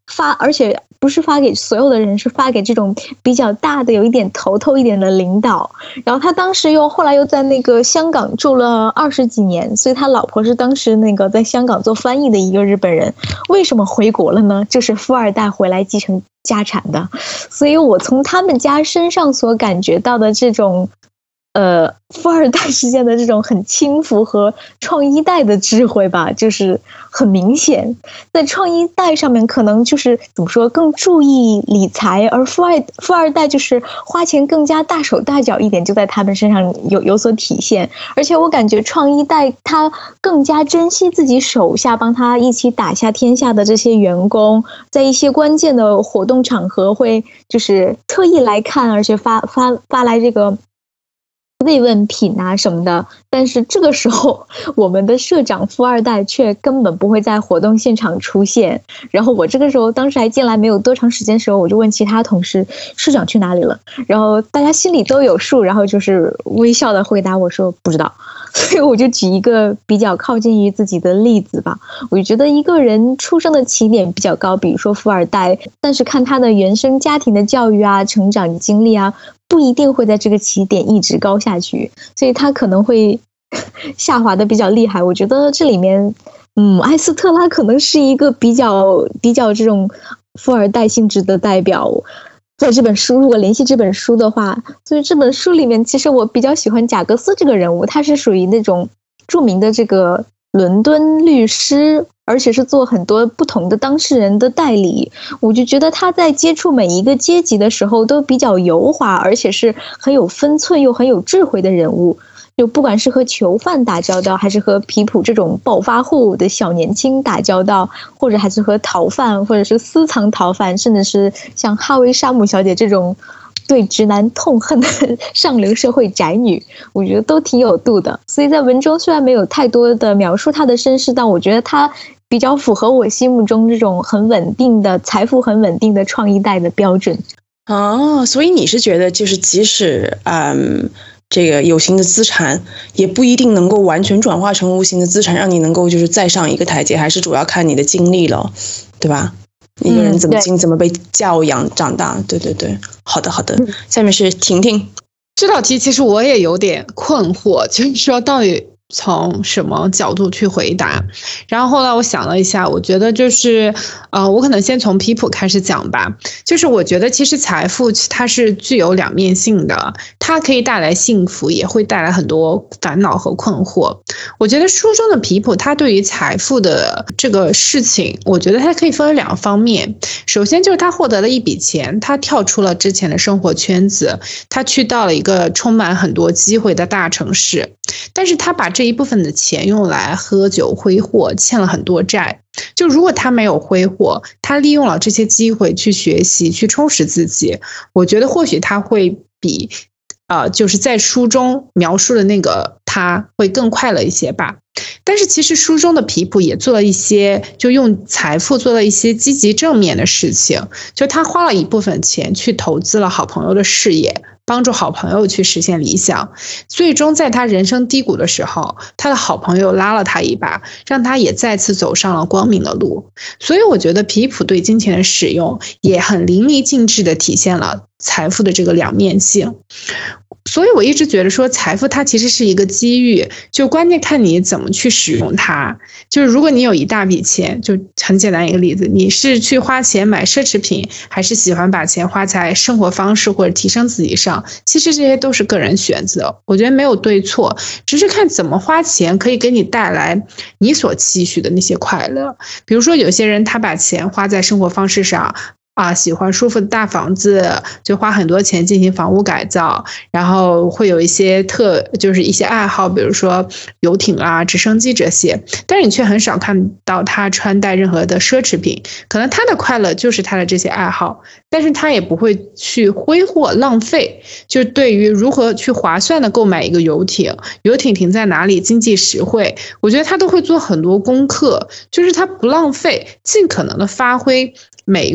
发，而且不是发给所有的人，是发给这种比较大的、有一点头头一点的领导。然后他当时又后来又在那个香港住了二十几年，所以他老婆是当时那个在香港做翻译的一个日本人。为什么回国了呢？就是富二代回来继承家产的。所以我从他们家身上所感觉到的这种呃，富二代之间的这种很轻浮和创一代的智慧吧，就是很明显。在创一代上面，可能就是怎么说，更注意理财，而富二富二代就是花钱更加大手大脚一点，就在他们身上有有所体现。而且我感觉创一代他更加珍惜自己手下帮他一起打下天下的这些员工，在一些关键的活动场合会就是特意来看，而且发发发来这个慰问品啊什么的。但是这个时候我们的社长富二代却根本不会在活动现场出现。然后我这个时候当时还进来没有多长时间的时候，我就问其他同事社长去哪里了，然后大家心里都有数，然后就是微笑的回答我说不知道。所以我就举一个比较靠近于自己的例子吧。我就觉得一个人出生的起点比较高，比如说富二代，但是看他的原生家庭的教育啊、成长经历啊，不一定会在这个起点一直高下去，所以他可能会下滑的比较厉害。我觉得这里面嗯，艾斯特拉可能是一个比较比较这种富二代性质的代表。在这本书，如果联系这本书的话，所以这本书里面其实我比较喜欢贾格斯这个人物，他是属于那种著名的这个伦敦律师，而且是做很多不同的当事人的代理。我就觉得他在接触每一个阶级的时候都比较油滑，而且是很有分寸又很有智慧的人物。就不管是和囚犯打交道，还是和皮普这种暴发户的小年轻打交道，或者还是和逃犯，或者是私藏逃犯，甚至是像哈维·沙姆小姐这种对直男痛恨的上流社会宅女，我觉得都挺有度的。所以在文中虽然没有太多的描述她的身世，但我觉得她比较符合我心目中这种很稳定的财富很稳定的创一代的标准。 哦，所以你是觉得就是即使嗯这个有形的资产也不一定能够完全转化成无形的资产，让你能够就是再上一个台阶，还是主要看你的经历了，对吧？一个人怎么经、嗯、怎么被教养长大。对对对，好的好的。下面是婷婷。 这道题其实我也有点困惑，就是说到底从什么角度去回答。然后后来我想了一下，我觉得就是呃，我可能先从皮普开始讲吧。就是我觉得其实财富它是具有两面性的，它可以带来幸福，也会带来很多烦恼和困惑。我觉得书中的皮普他对于财富的这个事情，我觉得它可以分为两个方面。首先就是他获得了一笔钱，他跳出了之前的生活圈子，他去到了一个充满很多机会的大城市，但是他把这一部分的钱用来喝酒挥霍，欠了很多债。就如果他没有挥霍，他利用了这些机会去学习，去充实自己，我觉得或许他会比呃，就是在书中描述的那个他会更快乐一些吧。但是其实书中的皮普也做了一些，就用财富做了一些积极正面的事情。就他花了一部分钱去投资了好朋友的事业，帮助好朋友去实现理想。最终在他人生低谷的时候，他的好朋友拉了他一把，让他也再次走上了光明的路。所以我觉得皮普对金钱的使用也很淋漓尽致地体现了财富的这个两面性。所以我一直觉得说财富它其实是一个机遇，就关键看你怎么去使用它。就是如果你有一大笔钱，就很简单一个例子，你是去花钱买奢侈品，还是喜欢把钱花在生活方式或者提升自己上，其实这些都是个人选择，我觉得没有对错，只是看怎么花钱可以给你带来你所期许的那些快乐。比如说有些人他把钱花在生活方式上啊，喜欢舒服的大房子，就花很多钱进行房屋改造，然后会有一些特就是一些爱好，比如说游艇啊、直升机这些，但是你却很少看到他穿戴任何的奢侈品。可能他的快乐就是他的这些爱好，但是他也不会去挥霍浪费。就对于如何去划算的购买一个游艇，游艇停在哪里经济实惠，我觉得他都会做很多功课，就是他不浪费，尽可能的发挥每一个东西的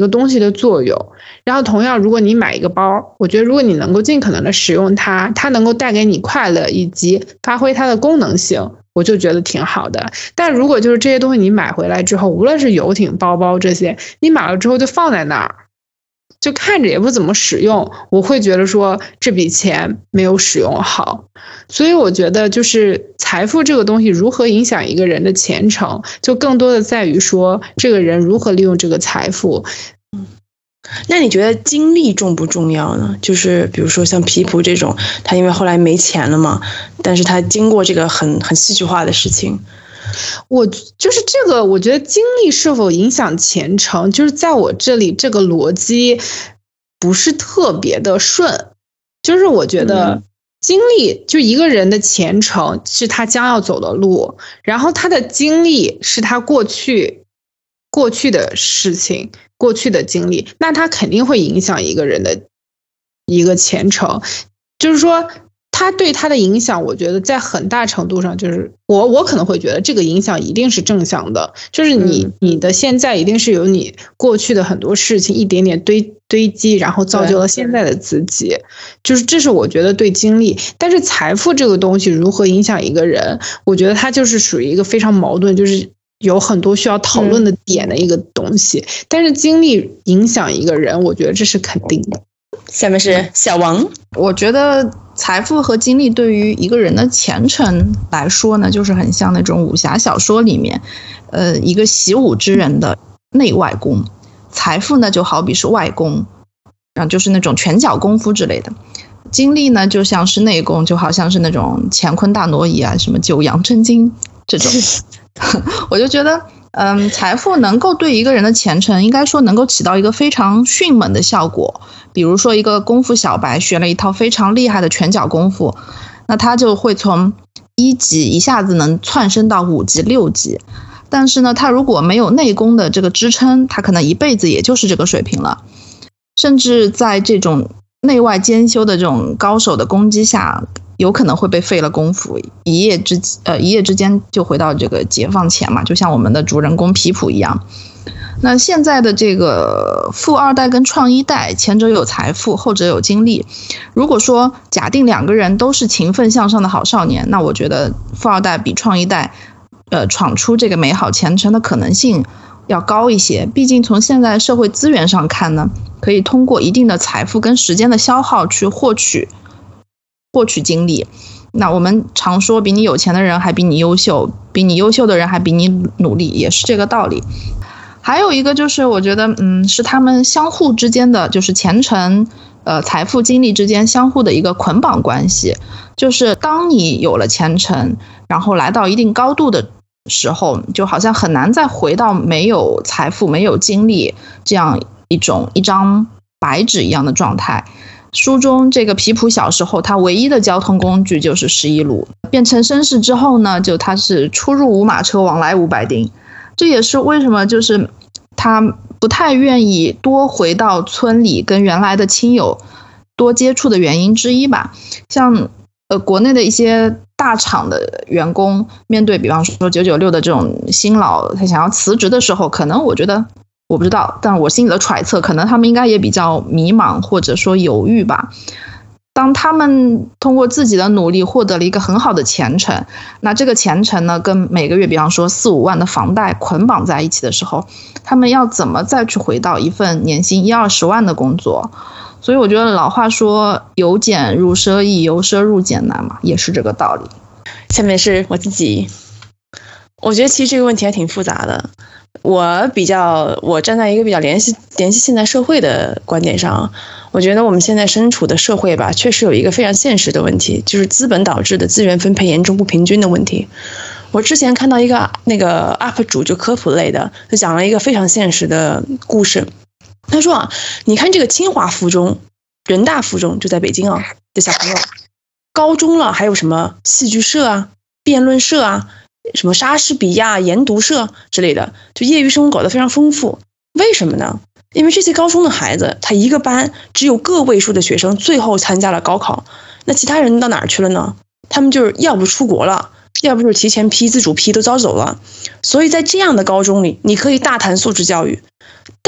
的作用。然后同样，如果你买一个包，我觉得如果你能够尽可能的使用它，它能够带给你快乐以及发挥它的功能性，我就觉得挺好的。但如果就是这些东西你买回来之后，无论是游艇、包包这些，你买了之后就放在那儿，就看着也不怎么使用，我会觉得说这笔钱没有使用好。所以我觉得就是财富这个东西如何影响一个人的前程，就更多的在于说这个人如何利用这个财富。 那你觉得经历重不重要呢？就是比如说像皮普这种，他因为后来没钱了嘛，但是他经过这个很很戏剧化的事情。 我就是这个，我觉得经历是否影响前程，就是在我这里这个逻辑不是特别的顺。就是我觉得经历，就一个人的前程是他将要走的路，然后他的经历是他过去过去的事情，过去的经历，那他肯定会影响一个人的一个前程。就是说他对他的影响，我觉得在很大程度上，就是我我可能会觉得这个影响一定是正向的，就是你、嗯、你的现在一定是由你过去的很多事情一点点堆堆积，然后造就了现在的自己，就是这是我觉得对经历。但是财富这个东西如何影响一个人，我觉得它就是属于一个非常矛盾，就是有很多需要讨论的点的一个东西。嗯、但是经历影响一个人，我觉得这是肯定的。 下面是小王， 我觉得财富和经历对于一个人的前程来说呢，就是很像那种武侠小说里面，呃，一个习武之人的内外功。财富呢，就好比是外功，然后就是那种拳脚功夫之类的。经历呢，就像是内功，就好像是那种乾坤大挪移啊，什么九阳真经这种。我就觉得，嗯，财富能够对一个人的前程，应该说能够起到一个非常迅猛的效果。比如说一个功夫小白学了一套非常厉害的拳脚功夫，那他就会从一级一下子能窜升到五级六级。但是呢，他如果没有内功的这个支撑，他可能一辈子也就是这个水平了。甚至在这种内外兼修的这种高手的攻击下，有可能会被废了功夫，一夜之呃一夜之间就回到这个解放前嘛，就像我们的主人公皮普一样。那现在的这个富二代跟创一代，前者有财富，后者有经历。如果说假定两个人都是勤奋向上的好少年，那我觉得富二代比创一代呃闯出这个美好前程的可能性要高一些。毕竟从现在社会资源上看呢，可以通过一定的财富跟时间的消耗去获取获取经历。那我们常说比你有钱的人还比你优秀，比你优秀的人还比你努力，也是这个道理。还有一个就是我觉得嗯是他们相互之间的，就是前程呃财富经历之间相互的一个捆绑关系。就是当你有了前程，然后来到一定高度的时候，就好像很难再回到没有财富没有经历这样一种一张白纸一样的状态。书中这个皮普小时候他唯一的交通工具就是十一路，变成绅士之后呢，就他是出入五马车，往来五百丁。这也是为什么就是他不太愿意多回到村里跟原来的亲友多接触的原因之一吧。像呃国内的一些大厂的员工面对比方说九九六的这种新老，他想要辞职的时候，可能我觉得我不知道，但我心里的揣测，可能他们应该也比较迷茫或者说犹豫吧。当他们通过自己的努力获得了一个很好的前程，那这个前程呢，跟每个月比方说四五万的房贷捆绑在一起的时候，他们要怎么再去回到一份年薪一二十万的工作？所以我觉得老话说由俭入奢易，由奢入俭难嘛，也是这个道理。 下面是我自己，我觉得其实这个问题还挺复杂的。我比较，我站在一个比较联系联系现在社会的观点上，我觉得我们现在身处的社会吧，确实有一个非常现实的问题，就是资本导致的资源分配严重不平均的问题。我之前看到一个那个 U P 主，就科普类的，就讲了一个非常现实的故事。他说啊，你看这个清华附中、人大附中就在北京啊的小朋友，高中了还有什么戏剧社啊、辩论社啊、什么莎士比亚研读社之类的，就业余生活搞得非常丰富。为什么呢？因为这些高中的孩子，他一个班只有个位数的学生最后参加了高考，那其他人到哪儿去了呢？他们就是要不出国了，要不就是提前批自主批都早走了。所以在这样的高中里，你可以大谈素质教育，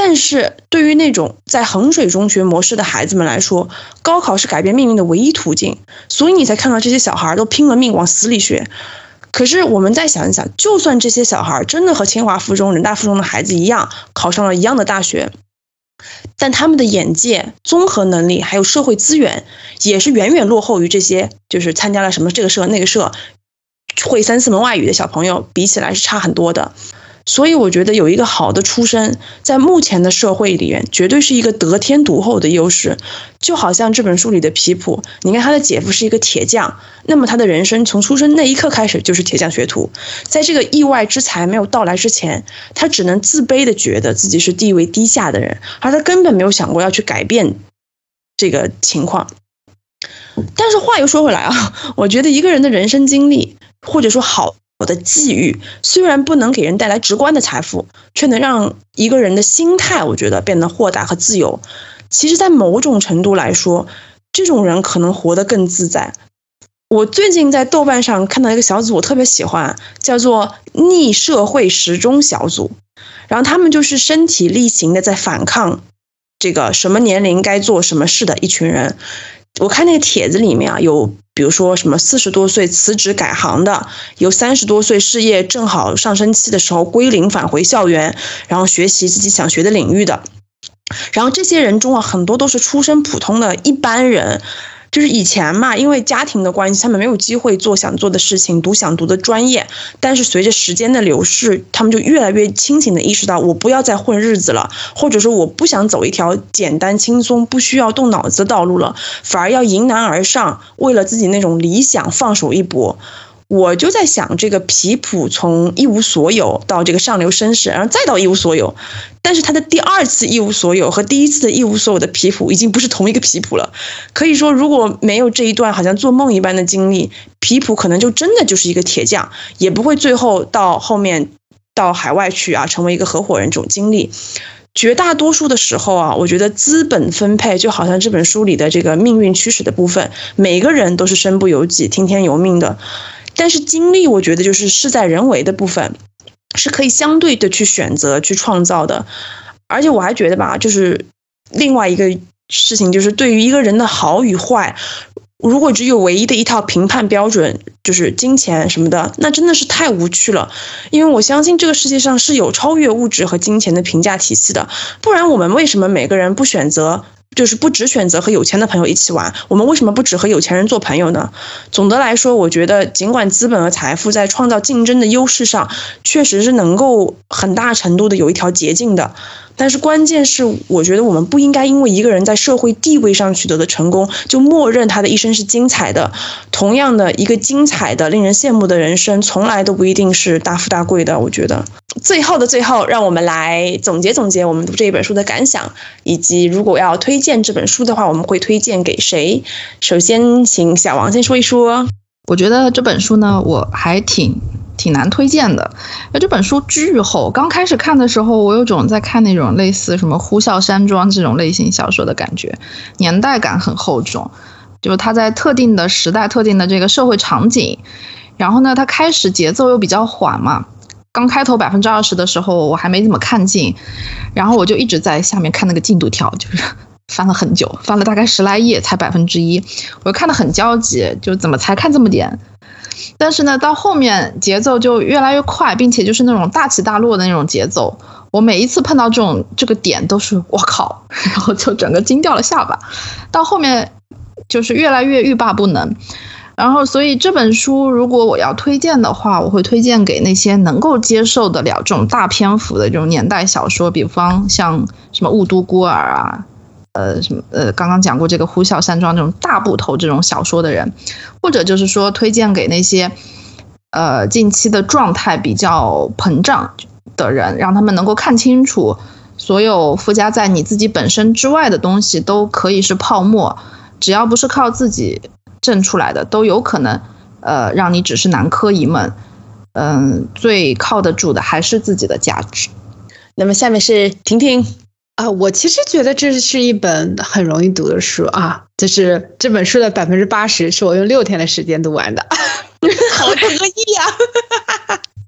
但是对于那种在衡水中学模式的孩子们来说，高考是改变命运的唯一途径，所以你才看到这些小孩都拼了命往死里学。可是我们再想一想，就算这些小孩真的和清华附中、人大附中的孩子一样，考上了一样的大学，但他们的眼界、综合能力还有社会资源也是远远落后于这些就是参加了什么这个社那个社会三四门外语的小朋友，比起来是差很多的。所以我觉得有一个好的出身，在目前的社会里面绝对是一个得天独厚的优势。就好像这本书里的皮普，你看他的姐夫是一个铁匠，那么他的人生从出生那一刻开始就是铁匠学徒。在这个意外之财没有到来之前，他只能自卑的觉得自己是地位低下的人，而他根本没有想过要去改变这个情况。但是话又说回来啊，我觉得一个人的人生经历，或者说好的际遇，虽然不能给人带来直观的财富，却能让一个人的心态我觉得变得豁达和自由。其实在某种程度来说，这种人可能活得更自在。我最近在豆瓣上看到一个小组，我特别喜欢，叫做逆社会时钟小组。然后他们就是身体力行的在反抗这个什么年龄该做什么事的一群人。我看那个帖子里面啊，有比如说什么四十多岁辞职改行的，有三十多岁事业正好上升期的时候归零返回校园，然后学习自己想学的领域的。然后这些人中啊，很多都是出身普通的一般人，就是以前嘛，因为家庭的关系，他们没有机会做想做的事情，读想读的专业。但是随着时间的流逝，他们就越来越清醒的意识到，我不要再混日子了，或者说我不想走一条简单轻松不需要动脑子的道路了，反而要迎难而上，为了自己那种理想放手一搏。我就在想，这个皮普从一无所有到这个上流绅士，然后再到一无所有，但是他的第二次一无所有和第一次的一无所有的皮普已经不是同一个皮普了。可以说，如果没有这一段好像做梦一般的经历，皮普可能就真的就是一个铁匠，也不会最后到后面到海外去啊，成为一个合伙人这种经历。绝大多数的时候啊，我觉得资本分配就好像这本书里的这个命运驱使的部分，每个人都是身不由己、听天由命的。但是经历，我觉得就是事在人为的部分，是可以相对的去选择、去创造的。而且我还觉得吧，就是另外一个事情，就是对于一个人的好与坏，如果只有唯一的一套评判标准，就是金钱什么的，那真的是太无趣了。因为我相信这个世界上是有超越物质和金钱的评价体系的，不然我们为什么每个人不选择？就是不只选择和有钱的朋友一起玩，我们为什么不只和有钱人做朋友呢？总的来说，我觉得尽管资本和财富在创造竞争的优势上确实是能够很大程度的有一条捷径的，但是关键是我觉得我们不应该因为一个人在社会地位上取得的成功就默认他的一生是精彩的。同样的，一个精彩的令人羡慕的人生从来都不一定是大富大贵的。我觉得最后的最后，让我们来总结总结我们读这一本书的感想，以及如果要推荐这本书的话，我们会推荐给谁。首先请小王先说一说。 我觉得这本书呢，我还挺挺难推荐的，因为这本书巨厚。刚开始看的时候，我有种在看那种类似什么呼啸山庄这种类型小说的感觉，年代感很厚重，就是它在特定的时代、特定的这个社会场景，然后呢，它开始节奏又比较缓嘛。刚开头百分之二十的时候，我还没怎么看进，然后我就一直在下面看那个进度条，就是翻了很久，翻了大概十来页才百分之一，我就看得很焦急，就怎么才看这么点？但是呢，到后面节奏就越来越快，并且就是那种大起大落的那种节奏。我每一次碰到这种这个点都是我靠，然后就整个惊掉了下巴。到后面就是越来越欲罢不能。然后所以这本书如果我要推荐的话，我会推荐给那些能够接受得了这种大篇幅的这种年代小说，比方像什么雾都孤儿啊，呃什么呃刚刚讲过这个呼啸山庄这种大部头这种小说的人，或者就是说推荐给那些呃近期的状态比较膨胀的人，让他们能够看清楚所有附加在你自己本身之外的东西都可以是泡沫，只要不是靠自己挣出来的，都有可能呃让你只是南柯一梦。嗯、呃，最靠得住的还是自己的价值。 那么下面是婷婷。 啊，我其实觉得这是一本很容易读的书啊，就是这本书的百分之八十是我用六天的时间读完的， 好得意啊！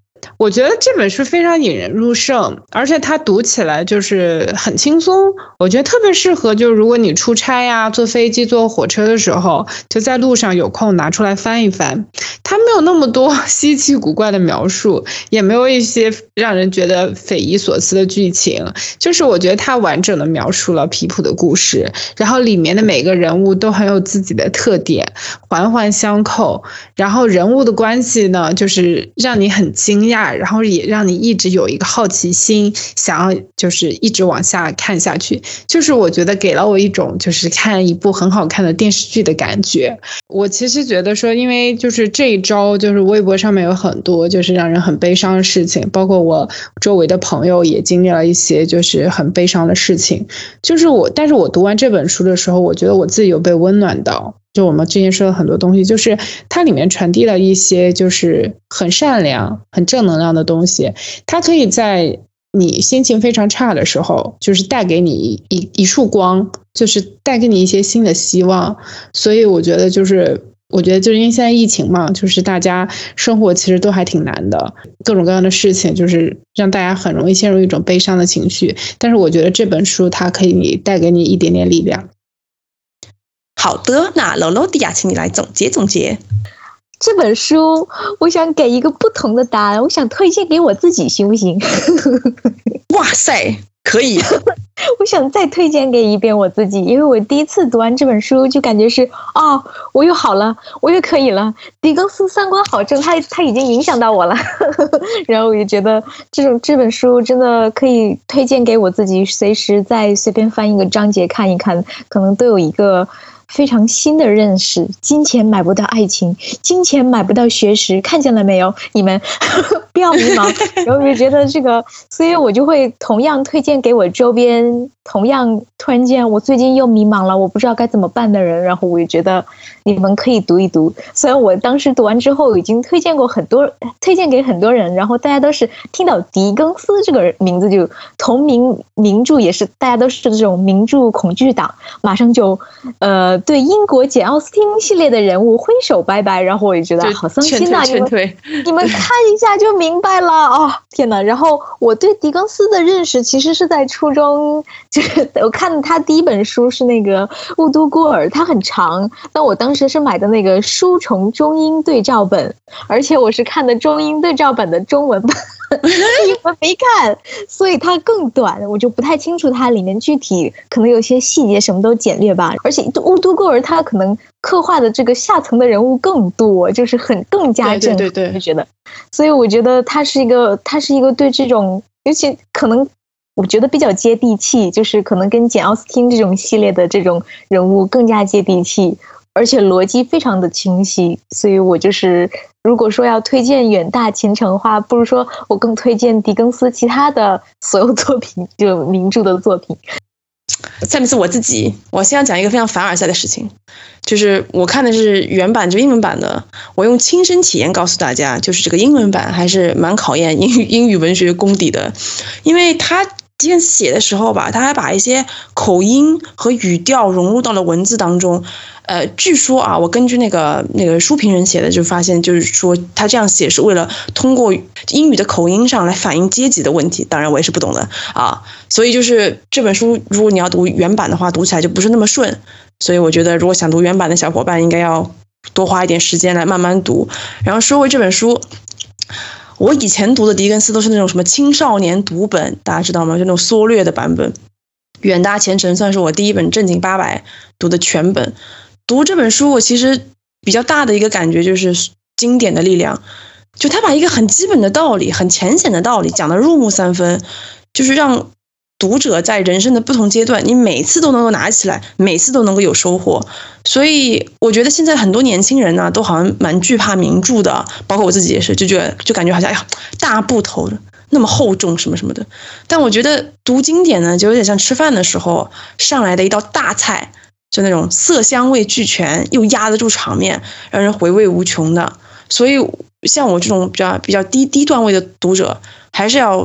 我觉得这本书非常引人入胜，而且它读起来就是很轻松。我觉得特别适合，就如果你出差呀、坐飞机、坐火车的时候，就在路上有空拿出来翻一翻。它没有那么多稀奇古怪的描述，也没有一些让人觉得匪夷所思的剧情，就是我觉得它完整的描述了皮普的故事，然后里面的每个人物都很有自己的特点，环环相扣，然后人物的关系呢，就是让你很惊讶，然后也让你一直有一个好奇心，想要就是一直往下看下去，就是我觉得给了我一种就是看一部很好看的电视剧的感觉。我其实觉得说，因为就是这一招，就是微博上面有很多就是让人很悲伤的事情，包括我周围的朋友也经历了一些就是很悲伤的事情，就是我但是我读完这本书的时候，我觉得我自己有被温暖到。就我们之前说的很多东西，就是它里面传递了一些就是很善良很正能量的东西，它可以在你心情非常差的时候就是带给你一一束光，就是带给你一些新的希望。所以我觉得就是我觉得就是因为现在疫情嘛，就是大家生活其实都还挺难的，各种各样的事情就是让大家很容易陷入一种悲伤的情绪，但是我觉得这本书它可以带给你一点点力量。 好的，那罗罗迪亚，请你来总结总结。 这本书我想给一个不同的答案，我想推荐给我自己，行不行？ 哇塞，可以。 我想再推荐给一遍我自己，因为我第一次读完这本书就感觉是哦，我又好了，我又可以了。狄更斯三观好正，他他已经影响到我了。然后我就觉得这种这本书真的可以推荐给我自己，随时再随便翻一个章节看一看，可能都有一个非常新的认识。金钱买不到爱情，金钱买不到学识，看见了没有？你们不要迷茫。然后我就觉得这个，所以我就会同样推荐给我周边同样突然间我最近又迷茫了，我不知道该怎么办的人，然后我就觉得你们可以读一读。虽然我当时读完之后已经推荐过很多，推荐给很多人，然后大家都是听到狄更斯这个名字就同名名著，也是大家都是这种名著恐惧党，马上就呃对英国简奥斯汀系列的人物挥手拜拜，然后我就觉得好伤心呐、啊！你们你们看一下就明白了哦，天哪！然后我对狄更斯的认识其实是在初中，就是我看他第一本书是那个《雾都孤儿》，它很长，但我当时是买的那个书虫中英对照本，而且我是看的中英对照本的中文版。英文没看，所以它更短，我就不太清楚它里面具体可能有些细节什么都简略吧。而且雾都孤儿它可能刻画的这个下层的人物更多，就是很更加震撼，对对对对，就觉得，所以我觉得它是一个，它是一个对这种，尤其可能我觉得比较接地气，就是可能跟简奥斯汀这种系列的这种人物更加接地气。而且逻辑非常的清晰，所以我就是如果说要推荐远大前程的话，不如说我更推荐狄更斯其他的所有作品，就名著的作品。 下面是我自己，我先要讲一个非常凡尔赛的事情，就是我看的是原版，就英文版的，我用亲身体验告诉大家，就是这个英文版还是蛮考验英语英语文学功底的，因为他狄更斯写的时候吧，他还把一些口音和语调融入到了文字当中。呃，据说啊，我根据那个那个书评人写的，就发现就是说他这样写是为了通过英语的口音上来反映阶级的问题。当然我也是不懂的啊，所以就是这本书如果你要读原版的话，读起来就不是那么顺。所以我觉得如果想读原版的小伙伴应该要多花一点时间来慢慢读。然后说回这本书，我以前读的狄更斯都是那种什么青少年读本，大家知道吗？就那种缩略的版本。远大前程算是我第一本正经八百读的全本。读这本书我其实比较大的一个感觉就是经典的力量，就他把一个很基本的道理，很浅显的道理讲得入木三分，就是让读者在人生的不同阶段，你每次都能够拿起来，每次都能够有收获。所以我觉得现在很多年轻人呢、啊，都好像蛮惧怕名著的，包括我自己也是，就觉得就感觉好像哎呀大部头的那么厚重什么什么的。但我觉得读经典呢，就有点像吃饭的时候上来的一道大菜，就那种色香味俱全，又压得住场面，让人回味无穷的。所以像我这种比较比较低低段位的读者，还是要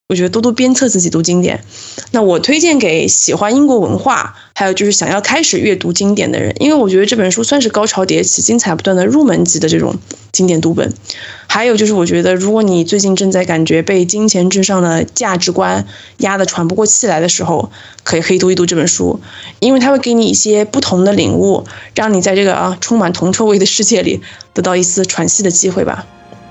我觉得多多鞭策自己读经典。那我推荐给喜欢英国文化，还有就是想要开始阅读经典的人，因为我觉得这本书算是高潮迭起、精彩不断的入门级的这种经典读本。还有就是我觉得，如果你最近正在感觉被金钱至上的价值观压得喘不过气来的时候，可以可以读一读这本书，因为它会给你一些不同的领悟，让你在这个啊充满铜臭味的世界里得到一丝喘息的机会吧。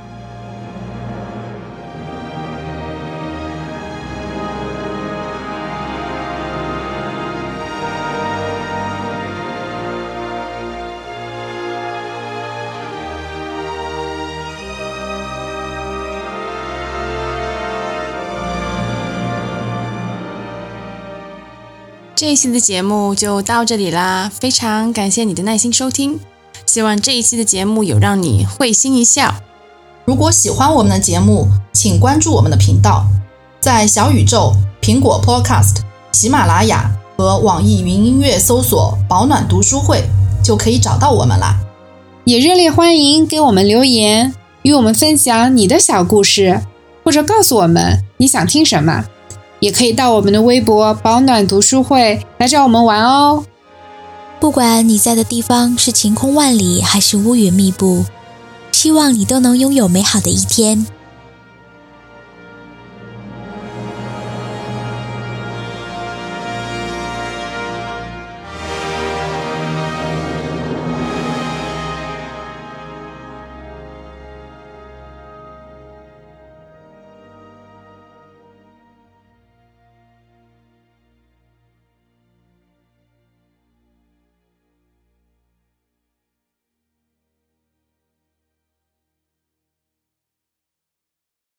这一期的节目就到这里啦，非常感谢你的耐心收听，希望这一期的节目有让你会心一笑。 如果喜欢我们的节目，请关注我们的频道，在小宇宙、苹果 Podcast、喜马拉雅和网易云音乐搜索保暖读书会就可以找到我们啦。 也热烈欢迎给我们留言，与我们分享你的小故事，或者告诉我们你想听什么。也可以到我们的微博保暖读书会来找我们玩哦。 不管你在的地方是晴空万里还是乌云密布，希望你都能拥有美好的一天。